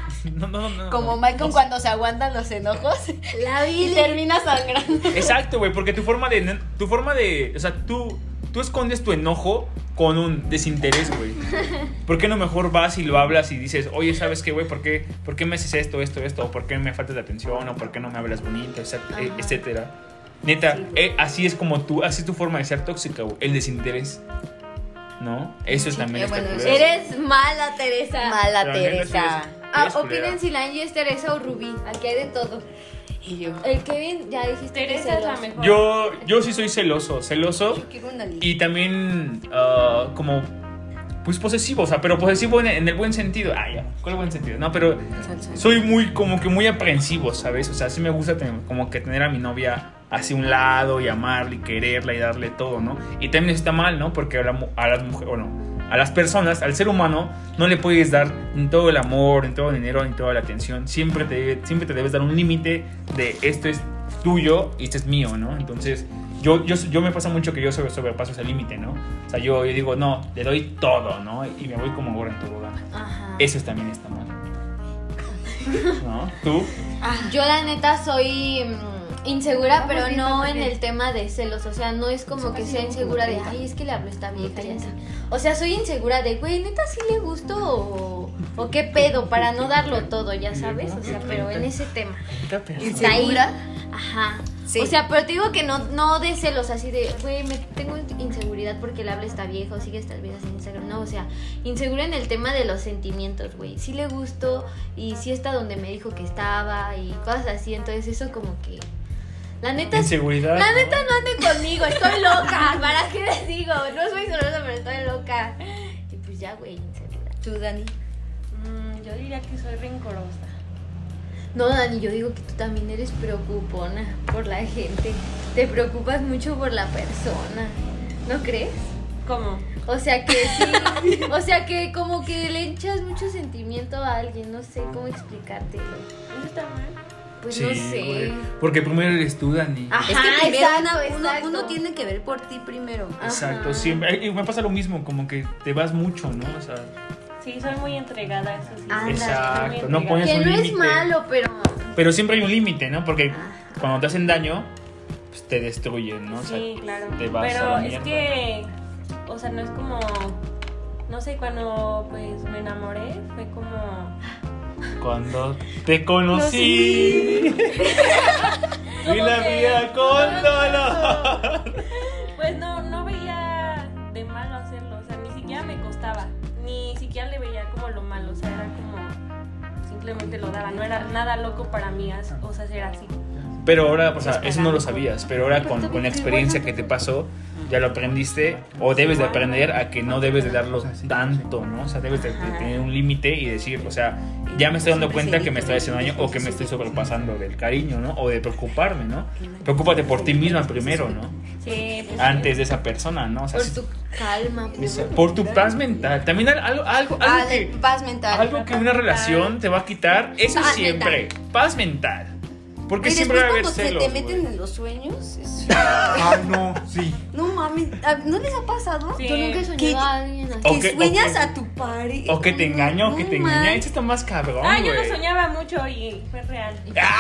No. Como Malcolm cuando se aguantan los enojos La y bilis. termina sangrando. Exacto, güey, porque tu forma de, o sea, tú escondes tu enojo con un desinterés, güey. ¿Por qué no mejor vas y lo hablas y dices, oye, ¿sabes qué, güey? ¿Por qué me haces esto? ¿O por qué me faltas de atención? ¿O por qué no me hablas bonito? Etcétera. Neta, así es como así es tu forma de ser tóxica, güey. El desinterés. ¿No? Eso es también bueno, está eso culero. Eres mala, Teresa. Mala Pero neta, Teresa. eres culera. Opinen si la Angie es Teresa o Rubí. Aquí hay de todo. Y yo. El Kevin, ya dijiste que Teresa es la celoso. mejor. Yo sí soy celoso. Yo quiero una lista. Y también como pues posesivo, o sea, pero posesivo en el buen sentido. Ah, ya, ¿cuál buen sentido? No, pero soy muy aprensivo, ¿sabes? O sea, sí me gusta como que tener a mi novia hacia un lado y amarla y quererla y darle todo, ¿no? Y también está mal, ¿no? Porque a las mujeres, bueno, a las personas, al ser humano, no le puedes dar ni todo el amor, ni todo el dinero, ni toda la atención. Siempre te debes dar un límite de esto es tuyo y esto es mío, ¿no? Entonces, yo me pasa mucho que yo sobrepaso ese límite, ¿no? O sea, yo digo, no, le doy todo, ¿no? Y me voy como gorra en tobogán. Ajá. Eso también está mal. ¿No? ¿Tú? Yo la neta soy insegura, pero no en el tema de celos, o sea, no es como que sea insegura de, ay, es que le hablo a esta vieja y así. O sea, soy insegura de, güey, neta sí le gusto o qué pedo, para no darlo todo, ya sabes, o sea, pero en ese tema. ¿Insegura? Ajá. Sí. O sea, pero te digo que no de celos, así de, güey, me tengo inseguridad porque le habla esta vieja o sigue estas viejas en Instagram. No, o sea, insegura en el tema de los sentimientos, güey. Sí le gustó y sí está donde me dijo que estaba y cosas así. Entonces eso como que... La neta... Inseguridad. La neta no anden conmigo, estoy loca. ¿Para qué les digo? No soy celosa, pero estoy loca. Y pues ya, güey, insegura. ¿Tú, Dani? Yo diría que soy rencorosa. No, Dani, yo digo que tú también eres preocupona por la gente. Te preocupas mucho por la persona. ¿No crees? ¿Cómo? O sea que sí. O sea que como que le echas mucho sentimiento a alguien. No sé cómo explicártelo. ¿Eso está mal? Pues Sí, no sé. güey. Porque primero eres tú, Dani. Ajá, Es que primero exacto. uno tiene que ver por ti primero. Exacto, Ajá. siempre. Y me pasa lo mismo, como que te vas mucho, ¿no? O sea, Sí, soy muy entregada, eso sí. Ándale. exacto. Muy No pones Que un no es límite. malo, Pero siempre hay un límite, ¿no? Porque cuando te hacen daño, pues te destruyen, ¿no? O sea, Sí, claro. te vas a Pero la es mierda. que, o sea, no es como, no sé, cuando pues me enamoré, fue como... Cuando te conocí, y la vida con dolor. Pues no veía de malo hacerlo, o sea, ni siquiera me costaba, ni siquiera le veía como lo malo, o sea, era como, simplemente lo daba, no era nada loco para mí, o sea, ser así. Pero ahora, o sea, eso no lo sabías, pero ahora con la experiencia que te pasó, ya lo aprendiste, o debes de aprender a que no debes de darlo tanto, ¿no? O sea, debes de tener un límite y decir, o sea, ya me estoy dando cuenta que me estoy haciendo daño o que me estoy sobrepasando del cariño, ¿no? O de preocuparme, ¿no? Preocúpate por ti misma primero, ¿no? Sí, pues, Antes de esa persona, ¿no? O sea, por tu calma. por tu paz mental. También algo De que... paz mental. Algo que una relación te va a quitar, eso Paz siempre, paz mental. Porque Y siempre va a después haber cuando celos, se te meten güey. en los sueños, Ah, no, sí. no mames, ¿no les ha pasado? Sí. Yo nunca he ¿Qué? soñado a alguien así. O Que que- sueñas o que- a tu pareja. O que te engaña, o que te engaña. Eso está más cabrón, Ah, yo güey. lo soñaba mucho y fue real.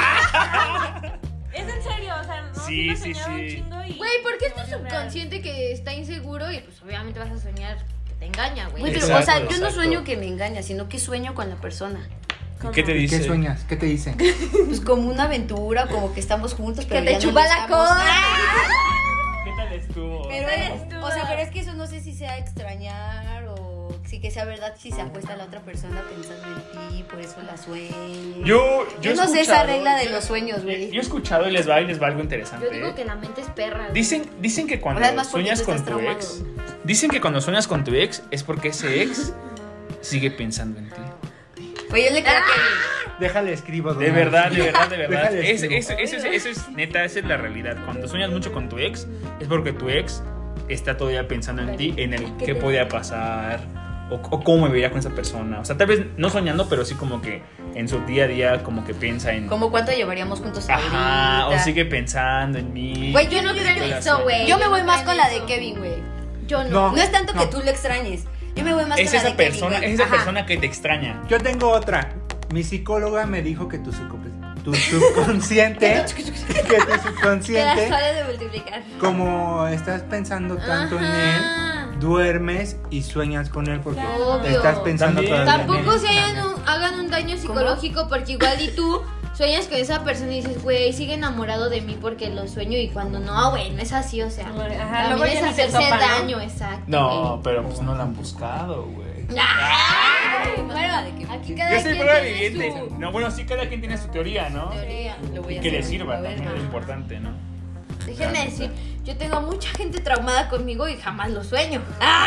Es en serio, o sea, no, Sí, lo sí, soñaba sí. un chingo y... Güey, porque es tu no, es real. subconsciente que está inseguro y pues obviamente vas a soñar que te engaña, güey. Güey, pero, Exacto, o sea, yo no exacto. sueño que me engaña, sino que sueño con la persona. ¿Cómo? ¿Qué te dice? ¿Qué sueñas? ¿Qué te dicen? Pues como una aventura, como que estamos juntos, Que pero te ya no chupa lo la estamos. cola. ¿Qué tal estuvo? Pero, Estuvo. o sea, pero es que eso no sé si sea extrañar o si que sea verdad, si se acuesta la otra persona pensando en ti, por eso la sueña. Yo Yo he no sé esa escuchado- regla de los sueños, güey. Yo he escuchado y les va algo interesante. Yo digo que la mente es perra. güey. Dicen que cuando O sea, es más porque sueñas tú con estás tu traumado. ex, dicen que cuando sueñas con tu ex es porque ese ex sigue pensando en ti. Pues yo le creo que... Déjale escribo. De don verdad, Martín. de verdad, de verdad. Déjale Eso escribo. es neta, esa es la realidad. Cuando sueñas mucho con tu ex, es porque tu ex está todavía pensando en ti, en el qué podía pasar, o cómo me vería con esa persona. O sea, tal vez no soñando, pero sí como que en su día a día, como que piensa en. Como cuánto llevaríamos juntos Ajá, o ahorita. sigue pensando en mí. Güey, Yo no creo en la eso, sueño. güey. Yo me voy no más creo con en la de eso. Kevin, güey. Yo no. No. No es tanto que No. tú lo extrañes. Yo me voy más Es con la esa de Kevin, persona, güey. es esa Ajá. persona que te extraña. Yo tengo otra. Mi psicóloga me dijo que tu subconsciente, que tu Que las subconsciente, sales de multiplicar. como estás pensando tanto en él, duermes y sueñas con él porque Obvio. estás pensando También. todavía en Tampoco él. se hagan un daño psicológico porque igual y tú sueñas con esa persona y dices, güey, sigue enamorado de mí porque lo sueño y cuando no, güey, no es así, o sea, Ajá, luego también es ya ni se hacerse topan, ¿no? daño, exacto. No, pero pues no la han buscado, güey. Ay, bueno, aquí cada Yo soy quien prueba tiene viviente. su No, bueno, sí, cada quien tiene su teoría, ¿no? teoría. Lo voy Y a que le hacer. sirva A ver, también, es ajá. importante, ¿no? Déjenme decir, yo tengo a mucha gente traumada conmigo y jamás lo sueño.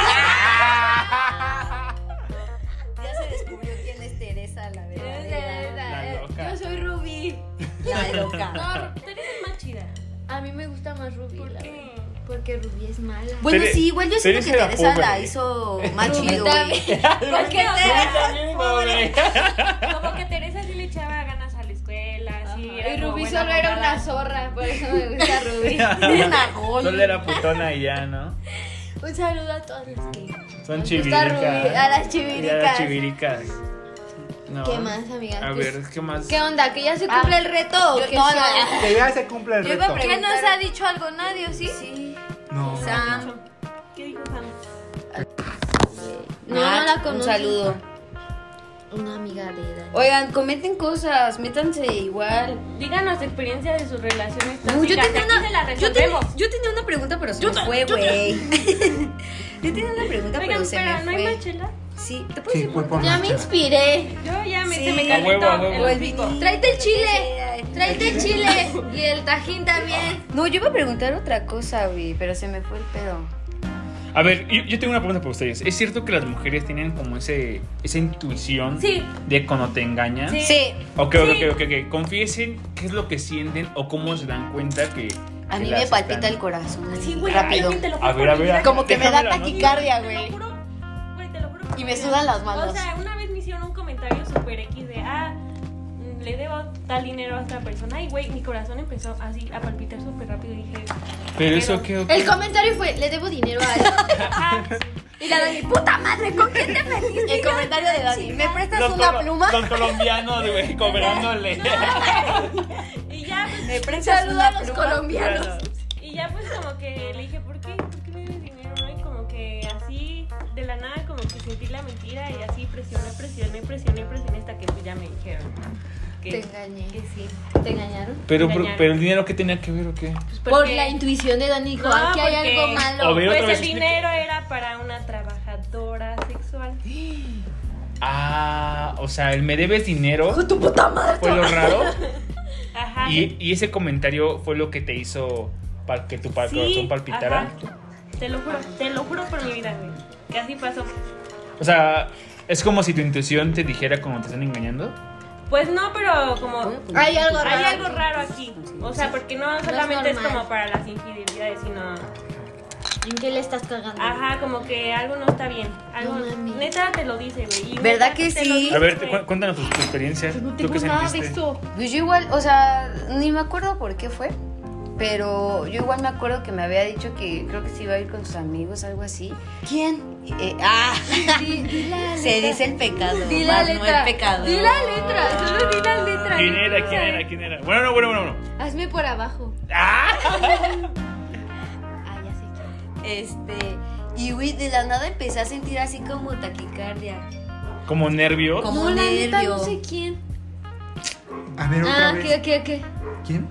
Ya se descubrió quién es Teresa, la verdadera. La loca. Yo soy Rubí. La loca. No, tú eres más chida. A mí me gusta más Rubí, ¿Por la qué? verdad, porque Rubí es mala. Bueno, Tere- sí, igual yo siento que Teresa era Teresa la pobre. hizo más Rubí chido, güey. también. ¿Por qué? O sea, También, pobre. como que Teresa sí le echaba ganas a la escuela, sí. Y como Rubí buena solo era abogada. una zorra, por eso me gusta Rubí. Una gol. Solo era putona y ya, ¿no? Un saludo a todas las que Son nos gusta chiviricas. Rubí, a las Y chiviricas. a las chiviricas. No. ¿Qué más, amiga? A ver, ¿qué más? ¿Qué onda? ¿Que ya se cumple el reto o qué no, show? no. Que ya se cumple el Yo iba a reto. ¿Qué nos ha dicho algo nadie, sí? Sí. No. Sam. ¿Qué dijo Sam? No, Nat, no la un conozco. saludo. Una amiga de Dani. Oigan, comenten cosas, métanse igual. Díganos experiencia de sus relaciones No, yo tóxicas, tenía aquí una, se la yo tenía, resolvemos. yo tenía una pregunta, pero se me fue, güey. Yo tenía una pregunta, Oigan, pero se pero me ¿no hay fue. más chela? Sí, ¿te puedes Sí, ir voy por por Ya más me chela. inspiré. Yo ya se Sí. me A huevo, calentó a huevo. O el el pico. vinito. Tráete el chile. Tráete el chile. Y el tajín también. No, yo iba a preguntar otra cosa, güey, pero se me fue el pedo. A ver, yo tengo una pregunta para ustedes. ¿Es cierto que las mujeres tienen como esa intuición Sí. de cuando te engañan? Sí. Ok. Confiesen qué es lo que sienten o cómo se dan cuenta que. A que mí las me palpita están- el corazón. Sí, güey, rápido. te lo juro A ver, por a mi ver, vida. Como que me da déjamela, ¿no? taquicardia, Te güey. lo juro, güey, te lo juro. Y me sudan las manos. O sea, una vez me hicieron un comentario super X de, le debo tal dinero a esta persona. Y, güey, mi corazón empezó así a palpitar súper rápido y dije, Pero eso qué. El comentario fue, le debo dinero a él. Y la Dani, puta madre, ¿con quién te metiste? El comentario de Dani, ¿me prestas Los una colo- pluma? Los colombianos, güey, cobrándole. y ya, pues, ¿Me prestas Saluda una a los pluma? colombianos. y ya pues como que le dije, ¿por qué me debes dinero? ¿No? Y como que así, de la nada, como que sentí la mentira y así presioné hasta que pues ya me dijeron Te que, engañé. que sí. ¿Te engañaron? Pero Engañaron. el dinero, ¿qué tenía que ver o qué? Pues Por porque- la intuición de Dani dijo, No, aquí hay porque- algo malo. O ver otra Pues vez el explica. dinero era para una trabajadora sexual. Ah, o sea, el me debes dinero. ¡Tu puta madre! Fue lo raro. Ajá. Y ese comentario fue lo que te hizo para que tu Sí, corazón palpitara. ajá. Te lo juro por mi vida, güey. Que así pasó. O sea, es como si tu intuición te dijera cuando te están engañando. Pues no, pero como Hay algo raro. hay algo raro aquí. O sea, porque no solamente es normal. como para las infidelidades, sino ¿En qué le estás cagando? ajá, como que algo no está bien. Algo No mames. neta te lo dice, güey. Y ¿Verdad neta que te sí? lo dice, A ver, güey. cuéntanos tu experiencia. Pues no ¿Tú tengo qué nada de sentiste? eso. Pues yo igual, o sea, ni me acuerdo por qué fue, pero yo igual me acuerdo que me había dicho que creo que se iba a ir con sus amigos, algo así. ¿Quién? Di la se dice el pecado, Di la más no letra. el pecado. Di la letra. Solo di la letra. ¿Quién no era? quiero saber. ¿Quién era? Bueno. Hazme por abajo. ¡Ah! Ah, ya sé quién. Y güey, de la nada empecé a sentir así como taquicardia. Como nervios. Como No, la neta nervio. no sé quién. A ver, otra Ah, vez. ¿qué? ¿Quién?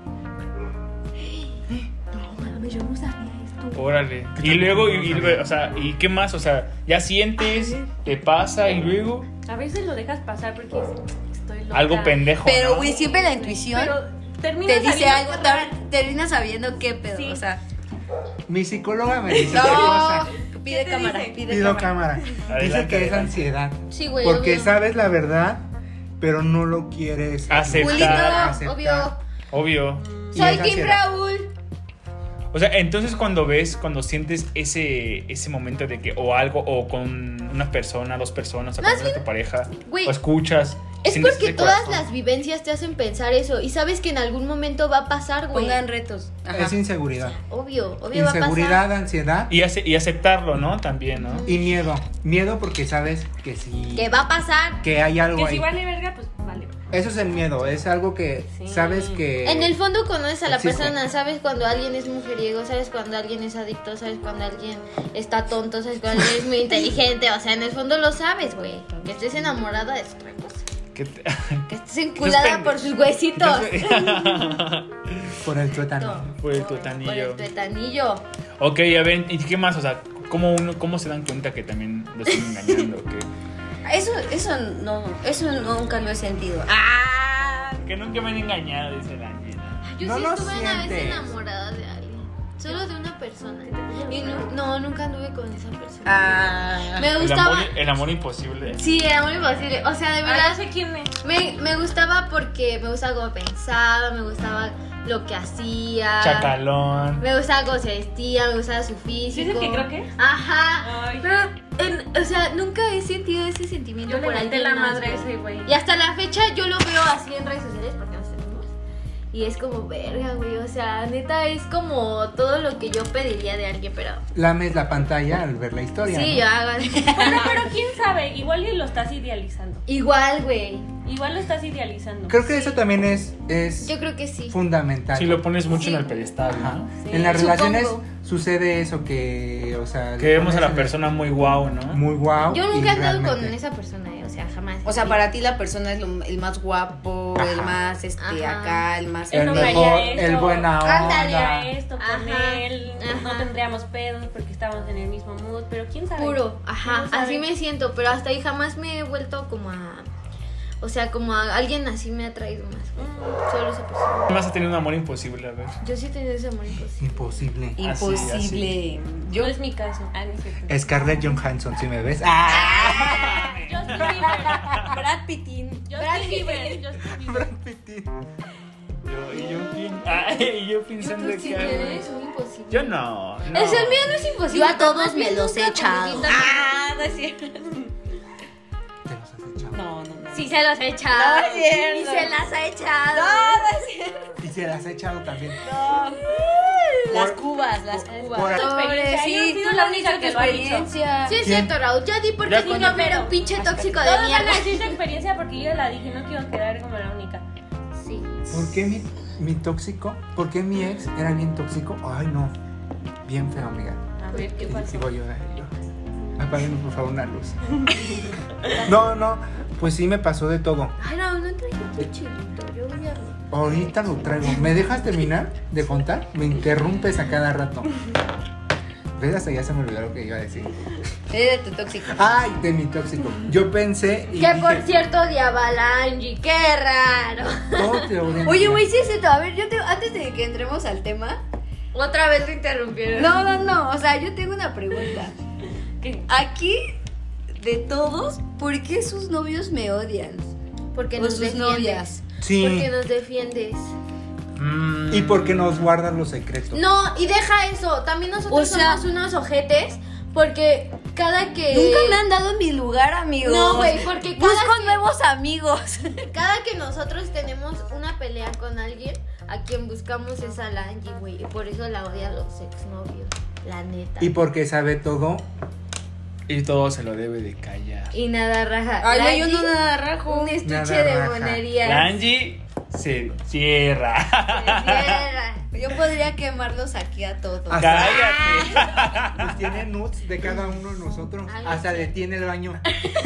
No mames, yo no sabía esto. Órale. Y luego, o sea, ¿y qué más? O sea, ya sientes, te pasa y luego A veces lo dejas pasar porque estoy loca. algo pendejo. Pero ¿no? güey, siempre la intuición Pero termina te dice sabiendo algo, correr. terminas sabiendo qué pedo, Sí. o sea. Mi psicóloga me dice otra cosa. Pide ¿Qué te cámara, dice? pide Pido cámara. cámara. Dice Adelante, que es adelante. ansiedad. Sí, güey. Porque obvio. sabes la verdad, pero no lo quieres Aceptar. aceptar. Obvio. Obvio. Y Soy es Team ansiedad. Raúl. O sea, entonces cuando sientes ese momento de que o algo, o con una persona, dos personas, o Más con tu pareja, güey, o escuchas. Es sientes porque ese todas corazón. las vivencias te hacen pensar eso. Y sabes que en algún momento va a pasar, güey. Pongan retos. Ajá. Es inseguridad. Obvio va a pasar. Inseguridad, ansiedad Y aceptarlo, ¿no? También, ¿no? y miedo. Miedo porque sabes que si Que va a pasar. que hay algo Que ahí. si vale verga, pues vale. Eso es el miedo, es algo que Sí. sabes que En el fondo conoces a la existe. persona, sabes cuando alguien es mujeriego, sabes cuando alguien es adicto, sabes cuando alguien está tonto, sabes cuando alguien es muy inteligente, o sea, en el fondo lo sabes, güey. Que estés enamorada es otra cosa. Que te- Que estés enculada Suspende. por sus huesitos. por el tuétano. Por el Por tuetanillo. el tuetanillo. Ok, a ver, ¿y qué más? O sea, ¿cómo se dan cuenta que también lo están engañando? Eso nunca lo he sentido. ¡Ah! Que nunca me han engañado, dice la Angela. Yo No sí lo estuve una vez sientes. enamorada de alguien. Solo de una persona. Y no, nunca anduve con esa persona. Ah. Me gustaba. El amor imposible. Sí, era muy imposible. O sea, de Ah, verdad. ya sé quién es. Me gustaba porque me gustaba cómo pensaba, me gustaba lo que hacía. Chacalón. Me gustaba cómo se vestía, me gustaba su físico. ¿Sí es el que creo que es? Ajá. Ay. Pero, o sea, nunca he sentido ese sentimiento Yo le por menté alguien la más, madre a güey. ese güey. Y hasta la fecha yo lo veo así en redes sociales porque nos tenemos. Y es como, verga, güey, o sea, neta es como todo lo que yo pediría de alguien, pero... Lames la pantalla al ver la historia. Sí, ¿no? yo hago... Bueno, pero quién sabe, igual y lo estás idealizando. Igual, güey. Igual lo estás idealizando. Creo que eso también es Yo creo que sí. fundamental. Si lo pones mucho Sí. en el pedestal, Ajá. ¿no? Sí. En las Supongo. relaciones sucede eso que, o sea, Que vemos a la pones en persona muy guau, ¿no? muy guau. Yo y nunca he andado con realmente- esa persona, o sea, jamás. O sea, para ti la persona es el más guapo, el Ajá. más, Ajá. acá, el más... Él El no me mejor, haría esto, el buena Ándale. onda. haría esto con Ajá, él, no ajá. tendríamos pedos porque estábamos en el mismo mood, pero quién sabe. Puro, ajá, ¿Quién sabe? así me siento, pero hasta ahí jamás me he vuelto como a... O sea, como a alguien así me ha traído más, güey. Solo esa persona. Vas a tener un amor imposible, a ver. Yo sí he tenido ese amor imposible. Imposible. Imposible. No es mi caso. Ah, no es cierto. Scarlett Johansson, si me ves. Justin Bieber. Brad Pittin. Justin Bieber. Justin Bieber. Y yo pensando Tú sí que... eres un imposible. Yo no. El mío no es imposible. Yo a todos más bien me los he nunca echado. conviví Ah, no es cierto. Te los has echado. No. Sí se los he echado. No es cierto. Y se las ha echado. Y se las has echado también. Las cubas. por- experiencia. Yo he sido la única que lo ha dicho. experiencia. Sí es ¿Quién? cierto, Raúl. Ya di porque Ya si cuando- no fuera un pinche tóxico de Todos van mierda. a decir su experiencia porque yo ya la dije, no quiero quedar como la única. Sí. ¿Por qué mi tóxico? ¿Por qué mi ex era bien tóxico? Ay, no. Bien feo, amiga. A ver, ¿qué pasó? Sigo yo. Apáguenos, por favor, una luz. No. Pues sí me pasó de todo. Ay, Raúl, no traigo tu chilito. Yo voy a... Ahorita lo traigo. ¿Me dejas terminar de contar? Me interrumpes a cada rato. ¿Ves? Hasta ya se me olvidó lo que iba a decir. Eres de tu tóxico. Ay, de mi tóxico. Yo pensé y Que dije, por cierto odiaba a la Angie. ¡Qué raro! todo te odian. Oye, güey, sí es cierto. A ver, antes de que entremos al tema. Otra vez te interrumpieron. No. O sea, yo tengo una pregunta. ¿Qué? Aquí, de todos, ¿por qué sus novios me odian? Porque O nos sus defiendes. novias. Sí. Porque nos defiendes. Y porque nos guardan los secretos. No, y deja eso. También nosotros O sea- somos unos ojetes. Porque cada que. Nunca me han dado mi lugar, amigos. No, güey, porque cada Busco que- nuevos amigos. Cada que nosotros tenemos una pelea con alguien, a quien buscamos es a la Angie, güey. Y por eso la odia a los exnovios. La neta. Y porque sabe todo. Y todo se lo debe de callar. Y nada raja. Ay, La güey, yo Angie, no nada rajo. un estuche Nada de raja. monerías. La Angie se cierra. Se cierra. Yo podría quemarlos aquí a todos. Ah. Cállate. Pues tiene nudes de cada uno de nosotros. Ay, Hasta sí. detiene el baño.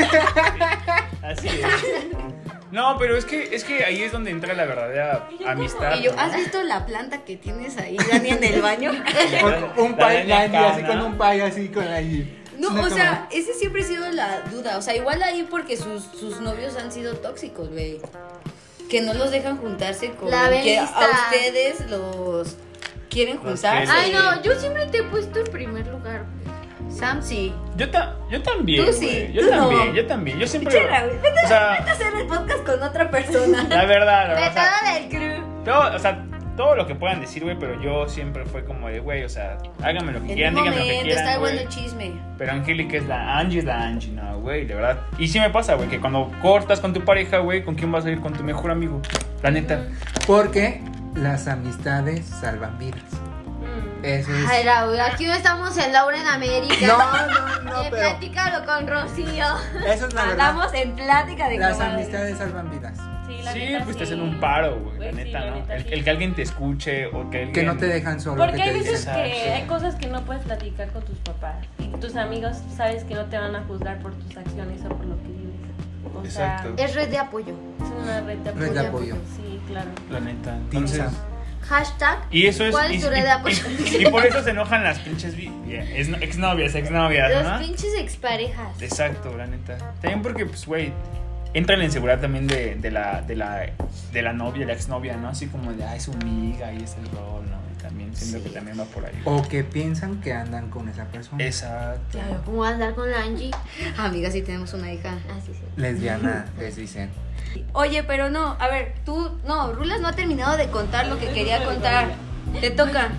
Así es. No, pero es que ahí es donde entra la verdadera amistad. Y yo, ¿no? ¿has visto la planta que tienes ahí, Dani, en el baño? Con un pay, la Angie, así cana. con un pay, así con la Angie. No, Una o sea, cámara. ese siempre ha sido la duda. O sea, igual ahí porque sus novios han sido tóxicos, güey. Que no los dejan juntarse con... La ven que lista. a ustedes los quieren Los juntarse. quieren. Ay, no, yo siempre te he puesto en primer lugar. Sam, sí. Yo también. Tú sí, güey. Yo tú no. también, yo también. Yo siempre. Pinche Raúl, vete O sea, a hacer el podcast con otra persona. la verdad, De o sea, todo el crew. todo lo que puedan decir, güey, pero yo siempre fue como de, güey, o sea, háganme lo que En quieran, un díganme lo que momento, quieran. está güey. bueno el chisme. Pero Angélica es la Angie, no, güey, de verdad. Y sí me pasa, güey, que cuando cortas con tu pareja, güey, ¿con quién vas a ir? Con tu mejor amigo. La neta. Porque las amistades salvan vidas. Eso es. Ay, Raúl, aquí no estamos en Laura en América. No, pero Platícalo con Rocío. eso es la verdad. Andamos en plática de Las comadres. amistades salvan vidas. Sí, la Sí, neta, pues te sí. hacen un paro, güey, la Güey, sí, neta, la ¿no? neta, sí. El que alguien te escuche o que alguien... Que no te dejan solo. Porque que hay te veces dicen. que Exacto. hay cosas que no puedes platicar con tus papás y tus amigos sabes que no te van a juzgar por tus acciones o por lo que vives. O Exacto. Es red de apoyo. sea, es una red de apoyo. Red de apoyo. Sí, claro. La neta. Team Entonces... Sam. Hashtag. Y eso es... ¿Cuál es tu red de apoyo? y por eso se enojan las pinches exnovias, Los ¿no? pinches exparejas. Exacto, la neta. También porque, pues, güey, entra la inseguridad también de la novia, la exnovia, ¿no? Así como de, ay, su amiga y es el rol, ¿no? Y también siento que también va por ahí. O que piensan que andan con esa persona. Exacto. Claro, ¿cómo va a andar con la Angie? Amiga, sí tenemos una hija. Ah, sí, sí. Lesbiana, les dicen. Oye, pero no, a ver, tú, no, Rulas no ha terminado de contar lo que quería contar. Te toca.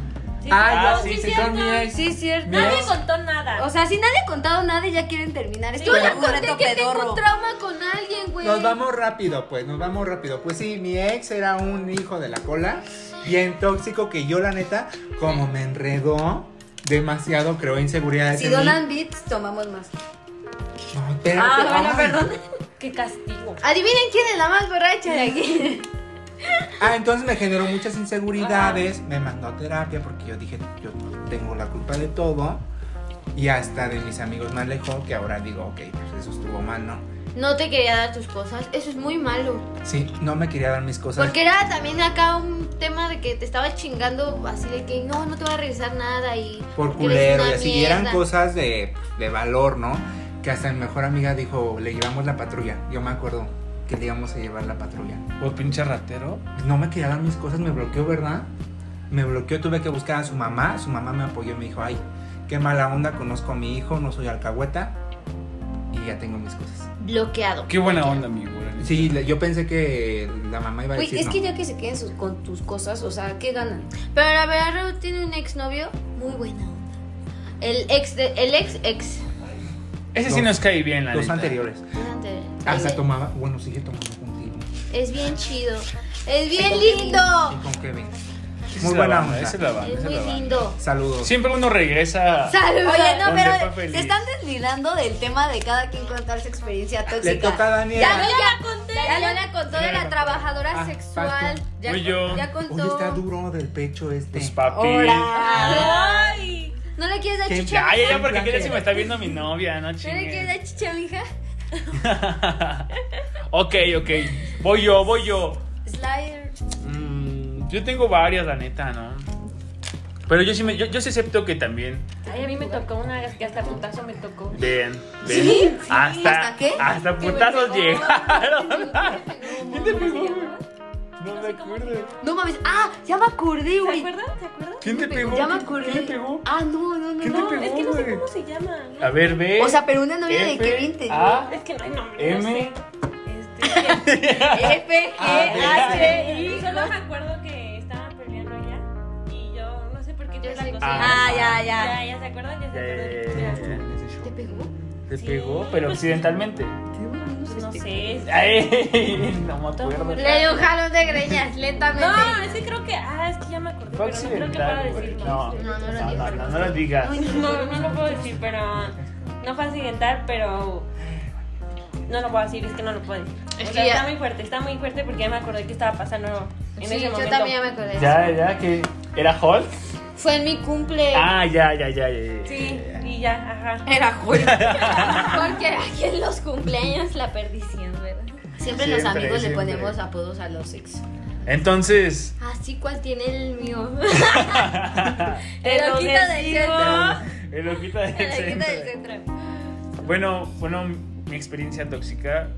Ah, sí, sí, sí, son cierto. mi ex. Sí, cierto. Mi Nadie ex. contó nada. O sea, si nadie ha contado nada y ya quieren terminar. Esto Yo es ya un conté reto que tengo pedorro. un trauma con alguien, güey. Nos vamos rápido. Pues sí, mi ex era un hijo de la cola, bien tóxico, que yo la neta, como me enredó demasiado, creó inseguridades Si en mí. donan bits, tomamos más. No, espérate, Bueno, ay. perdón. Qué castigo. Adivinen quién es la más borracha de aquí. Entonces me generó muchas inseguridades, me mandó a terapia porque yo dije, yo tengo la culpa de todo. Y hasta de mis amigos me alejó, que ahora digo, ok, pues eso estuvo mal, ¿no? No te quería dar tus cosas. Eso es muy malo. Sí, no me quería dar mis cosas. Porque era también acá un tema de que te estabas chingando así de que no te voy a regresar nada y... Por porque eres culero una y así, y eran mierda. cosas de valor, ¿no? Que hasta mi mejor amiga dijo, le llevamos la patrulla. Yo me acuerdo que le íbamos a llevar la patrulla. ¿O pinche ratero? No me quería dar mis cosas, me bloqueó, ¿verdad? Me bloqueó, tuve que buscar a su mamá me apoyó y me dijo, ay, qué mala onda, conozco a mi hijo, no soy alcahueta y ya tengo mis cosas. Bloqueado. Qué buena onda, amigo. la neta. Sí, yo pensé que la mamá iba a Güey, decir es no. que ya que se queden con tus cosas, o sea, ¿qué ganan? Pero la verdad, Raúl tiene un exnovio muy buena onda. El ex. Ese sí nos cae bien, la Los neta. anteriores. Hasta tomaba, bueno, sigue tomando contigo. Es bien chido. Es bien Y lindo. con Kevin. Esa Muy es la buena banda, onda. esa es la banda, Es esa muy es la banda. lindo. Saludos. Siempre uno regresa. Saludos. Oye, no, Donde fue pero feliz. se están deslindando del tema de cada quien contar su experiencia tóxica. Le toca a Daniel. Ya la conté. Ya la contó de la trabajadora Ah, sexual. pasto. Ya, Fui yo. ya contó. Oye, está duro del pecho este. Pues papi. Hola. Ay. ¿No le quieres dar ¿Qué? chicha? Ya, ya, En porque plan qué tal que- si me está viendo mi novia, no ¿No le quieres chingues. dar chicha, mija? Ok. Voy yo. Slider. Yo tengo varias, la neta, ¿no? Pero yo sí acepto que también. Ay, a mí me tocó una que hasta putazo me tocó. Ven. ¿Sí? Hasta, ¿Hasta qué? Hasta Que me putazos pegó. llegaron. ¿Quién te pegó? No me acuerdo. No mames. Ya me acordé, ¿Se güey. acuerdan? ¿Se acuerdan? ¿Quién te pegó? Ya me acordé. ¿Quién te pegó? No. ¿Quién te No, pegó, es que no sé güey? cómo se llama. A ver, ve. O sea, pero una novia de F, Kevin te A, Es que no hay nombre. No M. sé. F, G, H, I. Solo me acuerdo que estaban peleando allá y yo no sé por qué yo la sé. cosa. Ah, ya. Ya se acuerdan, ya se acuerdan. Mira, ¿Te pegó? Te Sí. pegó, pero accidentalmente. pues no sé. Ay, no me acuerdo. Le dio un jalón de greñas, lentamente. No, es que creo que. Es que ya me acordé. Fue Pero no creo que pueda accidental, güey. decirlo. No, no lo digas. No lo puedo decir, pero. No fue accidental, pero. No lo puedo decir, es que no lo puedo decir. Es O que sea, ya- está muy fuerte porque ya me acordé que estaba pasando en Sí, ese yo momento. también ya me acordé. Ya, que era Hulk. Fue en mi cumple. Ya. Sí, y ya, ajá. Era Julio. Porque aquí en los cumpleaños la perdición, ¿verdad? Siempre los Siempre, amigos le siempre. ponemos apodos a los ex. Entonces, Así cual tiene el mío. El El loquito del centro. el loquito del El loquito del centro. centro. Bueno, mi experiencia tóxica.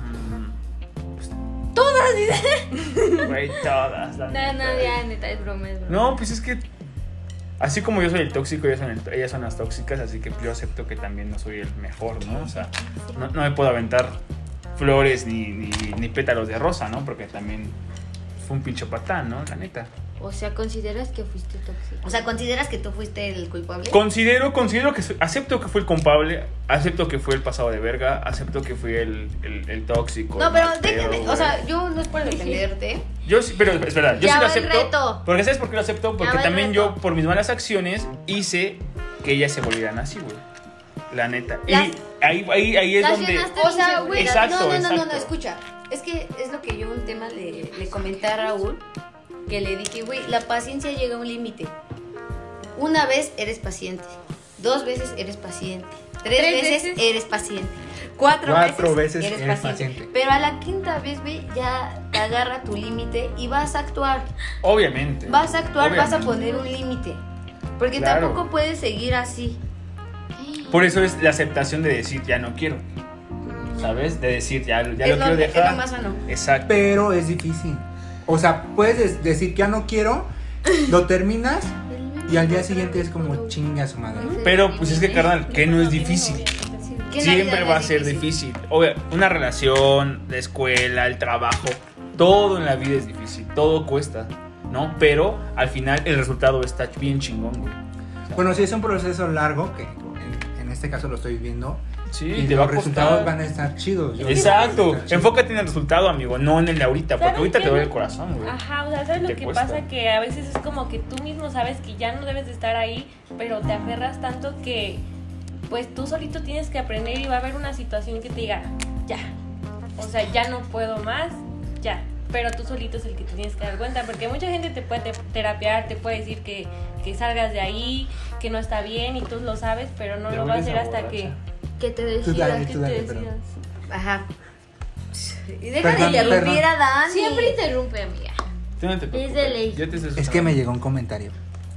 Todas, dice. Güey, todas. la No, neta. ya, neta, es broma, es broma. No, pues es que. Así como yo soy el tóxico, ellas son las tóxicas, así que yo acepto que también no soy el mejor, ¿no? O sea, no me puedo aventar flores ni pétalos de rosa, ¿no? Porque también fue un pinche patán, ¿no? La neta. O sea, ¿consideras que fuiste tóxico? O sea, ¿consideras que tú fuiste el culpable? Considero que acepto que fue el culpable, acepto que fue el pasado de verga, acepto que fui el tóxico. No, el pero mal pedo, déjame, o güey. sea, yo no es por defenderte. Yo sí, pero espera, yo Ya sí lo va el acepto. reto. Porque ¿sabes por qué lo acepto? Porque va el también reto. yo, por mis malas acciones, hice que ellas se volvieran así, güey. La neta. Las- Y ahí es las donde. llenaste. O sea, güey, Exacto, no, exacto. escucha. Es que es lo que yo un tema le comenté a Raúl, que le dije, güey, la paciencia llega a un límite. Una vez eres paciente, 2 veces eres paciente, 3 veces eres paciente, 4 veces eres paciente. Pero a la 5ª vez, güey, ya te agarra tu límite y vas a actuar. Obviamente. Vas a actuar, vas a Obviamente. poner un límite. Porque Claro. tampoco puedes seguir así. Por eso es la aceptación de decir ya no quiero. ¿Sabes? De decir ya lo Es quiero lo dejar. más sano. Exacto. Pero es difícil. O sea, puedes decir ya no quiero, lo terminas y al día siguiente es como chinga su madre. Pero pues es que, carnal, que no es difícil. ¿Qué en la Siempre vida va a es ser difícil. Obvio, una relación, la escuela, el trabajo, todo en la vida es difícil, todo cuesta. ¿no? Pero al final el resultado está bien chingón, güey. Bueno, sí es un proceso largo que en este caso lo estoy viviendo. Sí, Y te va a los resultados costar. van a estar chidos. Exacto, enfócate en el resultado, amigo, no en el de ahorita, porque ¿Sabes ahorita qué? te duele el corazón, güey. Ajá, o sea, ¿sabes Te lo que cuesta. pasa? Que a veces es como que tú mismo sabes que ya no debes de estar ahí, pero te aferras tanto que pues tú solito tienes que aprender y va a haber una situación que te diga, ya, o sea, ya no puedo más, ya. Pero tú solito es el que te tienes que dar cuenta, porque mucha gente te puede terapiar, te puede decir que salgas de ahí, que no está bien y tú lo sabes, pero no Ya lo va a hueles hacer a hasta borracha. Que te Tú decidas, dale, que tú te dale, decidas. Ajá. Y deja de Perdón, interrumpir perdón. a Dani. Siempre interrumpe, amiga. Tú no te preocupes, Es de ley. ya te estás Es que usando. me llegó un comentario.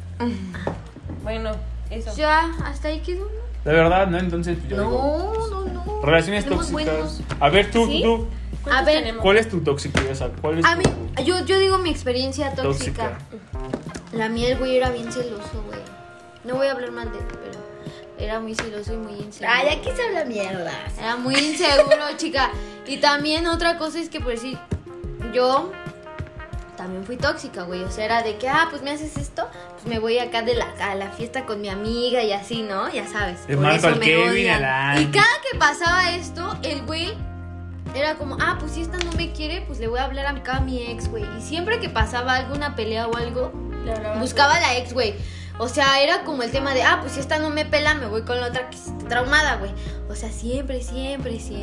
Bueno, eso. Ya, hasta ahí quedó. La verdad, ¿no? Entonces, yo digo, No. relaciones Tenemos tóxicas. buenos. A ver, tú, ¿Sí? tú, ¿Cuántos A ver, tenemos? ¿cuál es tu tóxico? O sea, ¿cuál es A tu mí, yo digo mi experiencia tóxica. tóxica? La mía, el güey era bien celoso, güey. No voy a hablar mal de él, pero era muy celoso y muy inseguro. Ay, aquí se habla mierda. Era muy inseguro, chica. Y también otra cosa es que, por decir, yo también fui tóxica, güey. O sea, era de que, pues me haces esto, pues me voy acá a la fiesta con mi amiga y así, ¿no? Ya sabes. Le por marco eso al me Kevin, odian. a la Y Angie. cada que pasaba esto, el güey era como, pues si esta no me quiere, pues le voy a hablar acá a mi ex, güey. Y siempre que pasaba alguna pelea o algo, Le hablaba buscaba a la ex, güey. O sea, era como el tema de, pues si esta no me pela, me voy con la otra que está traumada, güey. O sea, siempre fue así.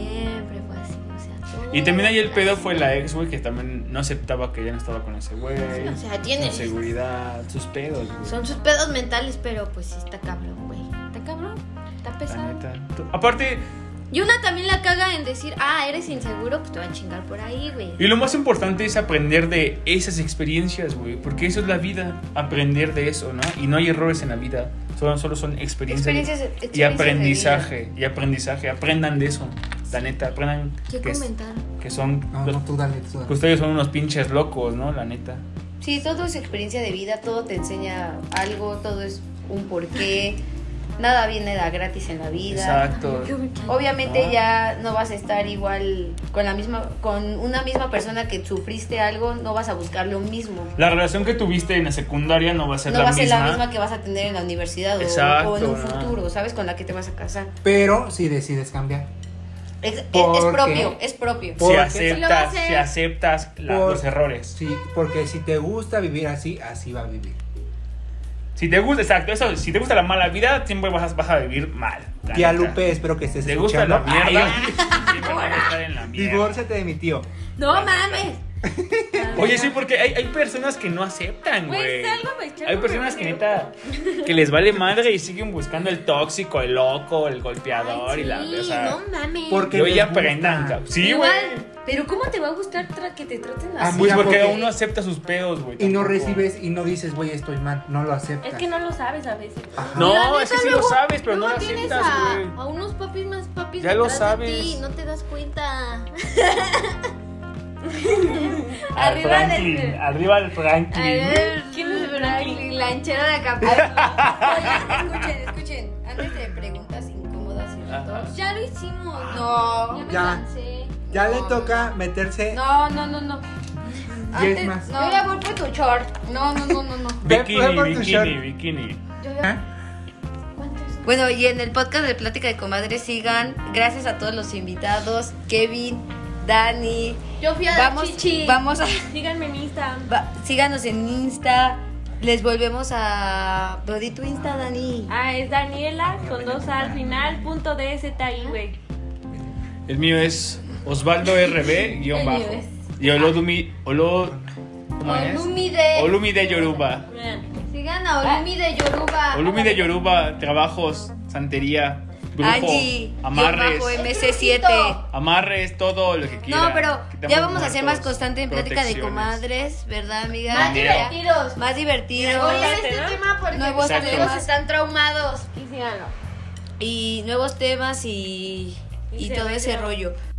O sea, todo. Y también ahí el pedo fue la ex, güey, que también no aceptaba que ya no estaba con ese güey. O sea, tiene- Su seguridad, sus pedos, güey. Son sus pedos mentales, pero pues sí está cabrón, güey. Está cabrón, está La pesado. neta. Aparte, Y una también la caga en decir, eres inseguro, pues te van a chingar por ahí, güey. y lo más importante es aprender de esas experiencias, güey, porque eso es la vida, aprender de eso, ¿no? Y no hay errores en la vida, solo son experiencias, y aprendizaje, aprendan de eso, la neta, aprendan ¿Qué que, comentaron? que son, No, los- no, tú dale, tú que dale. ustedes son unos pinches locos, ¿no? La neta. Sí, todo es experiencia de vida, todo te enseña algo, todo es un porqué. Nada viene de gratis en la vida. Exacto. Obviamente No. ya no vas a estar igual con una misma persona que sufriste algo, no vas a buscar lo mismo. La relación que tuviste en la secundaria no va a ser No la va a ser misma. la misma que vas a tener en la universidad o Exacto, en un ¿no? futuro, ¿sabes? Con la que te vas a casar. Pero si decides cambiar. Es ¿Por propio, qué? es propio. Si Porque- Sí lo va a aceptas, hacer. si aceptas Por- los errores. Sí, porque si te gusta vivir así, así va a vivir. Si te gusta, exacto, eso, si te gusta la mala vida, siempre vas a vivir mal. la Tía neta. Lupe, espero que estés ¿Te gusta la escuchando. mierda? Ay, Siempre vas a estar en la mierda. divórciate de mi tío. No mames. Oye, sí, porque hay personas que no aceptan, Pues, güey. algo me echaron Hay personas que de- neta que les vale madre y siguen buscando el tóxico, el loco, el golpeador y la, o sea, no mames. Porque y hoy les aprendan, gusta. cabrón. Sí, güey. Pero ¿cómo te va a gustar que te traten Ah, así? Pues Mira, porque porque- uno acepta sus pedos, güey. Y no tampoco. recibes y no dices, güey, estoy mal. No lo aceptas. Es que no lo sabes a veces. Ajá. No, Y la neta, es que sí luego- lo sabes, pero no lo luego tienes aceptas, güey. a unos papis Ya detrás lo de sabes. ti, no te das cuenta. Al Arriba del- Franklin, arriba del Franklin. ¿Quién es Franklin? Lanchero de acá. Oigan, escuchen. Antes de preguntas incómodas y Ajá. retos. Ya lo hicimos. No. Ya me Ya. lancé. Ya le toca meterse. No. Y es más. Yo ya voy por tu short. No. Bikini, por tu short. bikini. ¿Ah? ¿Cuántos? Bueno, y en el podcast de Plática de Comadres sigan. Gracias a todos los invitados. Kevin, Dani. Yo fui a Chichi. Vamos a... Síganme en Insta. síganos en Insta. Les volvemos a... Pero di tu Insta, Dani. Es Daniela con 2 A al final, .dzi, güey. El mío es Osvaldo RB guión El mío bajo. es- Y ¿cómo es? Olumi de Yoruba. Sigan a Olumi de Yoruba. Olumi de Yoruba, trabajos, santería, brujo, Angie, amarres, bajo MC7. amarres, todo lo que quieran. No, pero Quitamos ya vamos a ser más muertos, constante en Plática de protecciones. Comadres, ¿verdad, amiga? Más Dinero. divertidos. Más divertido. Oye, Importante, este ¿no? tema porque Nuevos mis amigos temas. están traumados. Y síganlo. Y nuevos temas y Y se todo va ese a ir. rollo.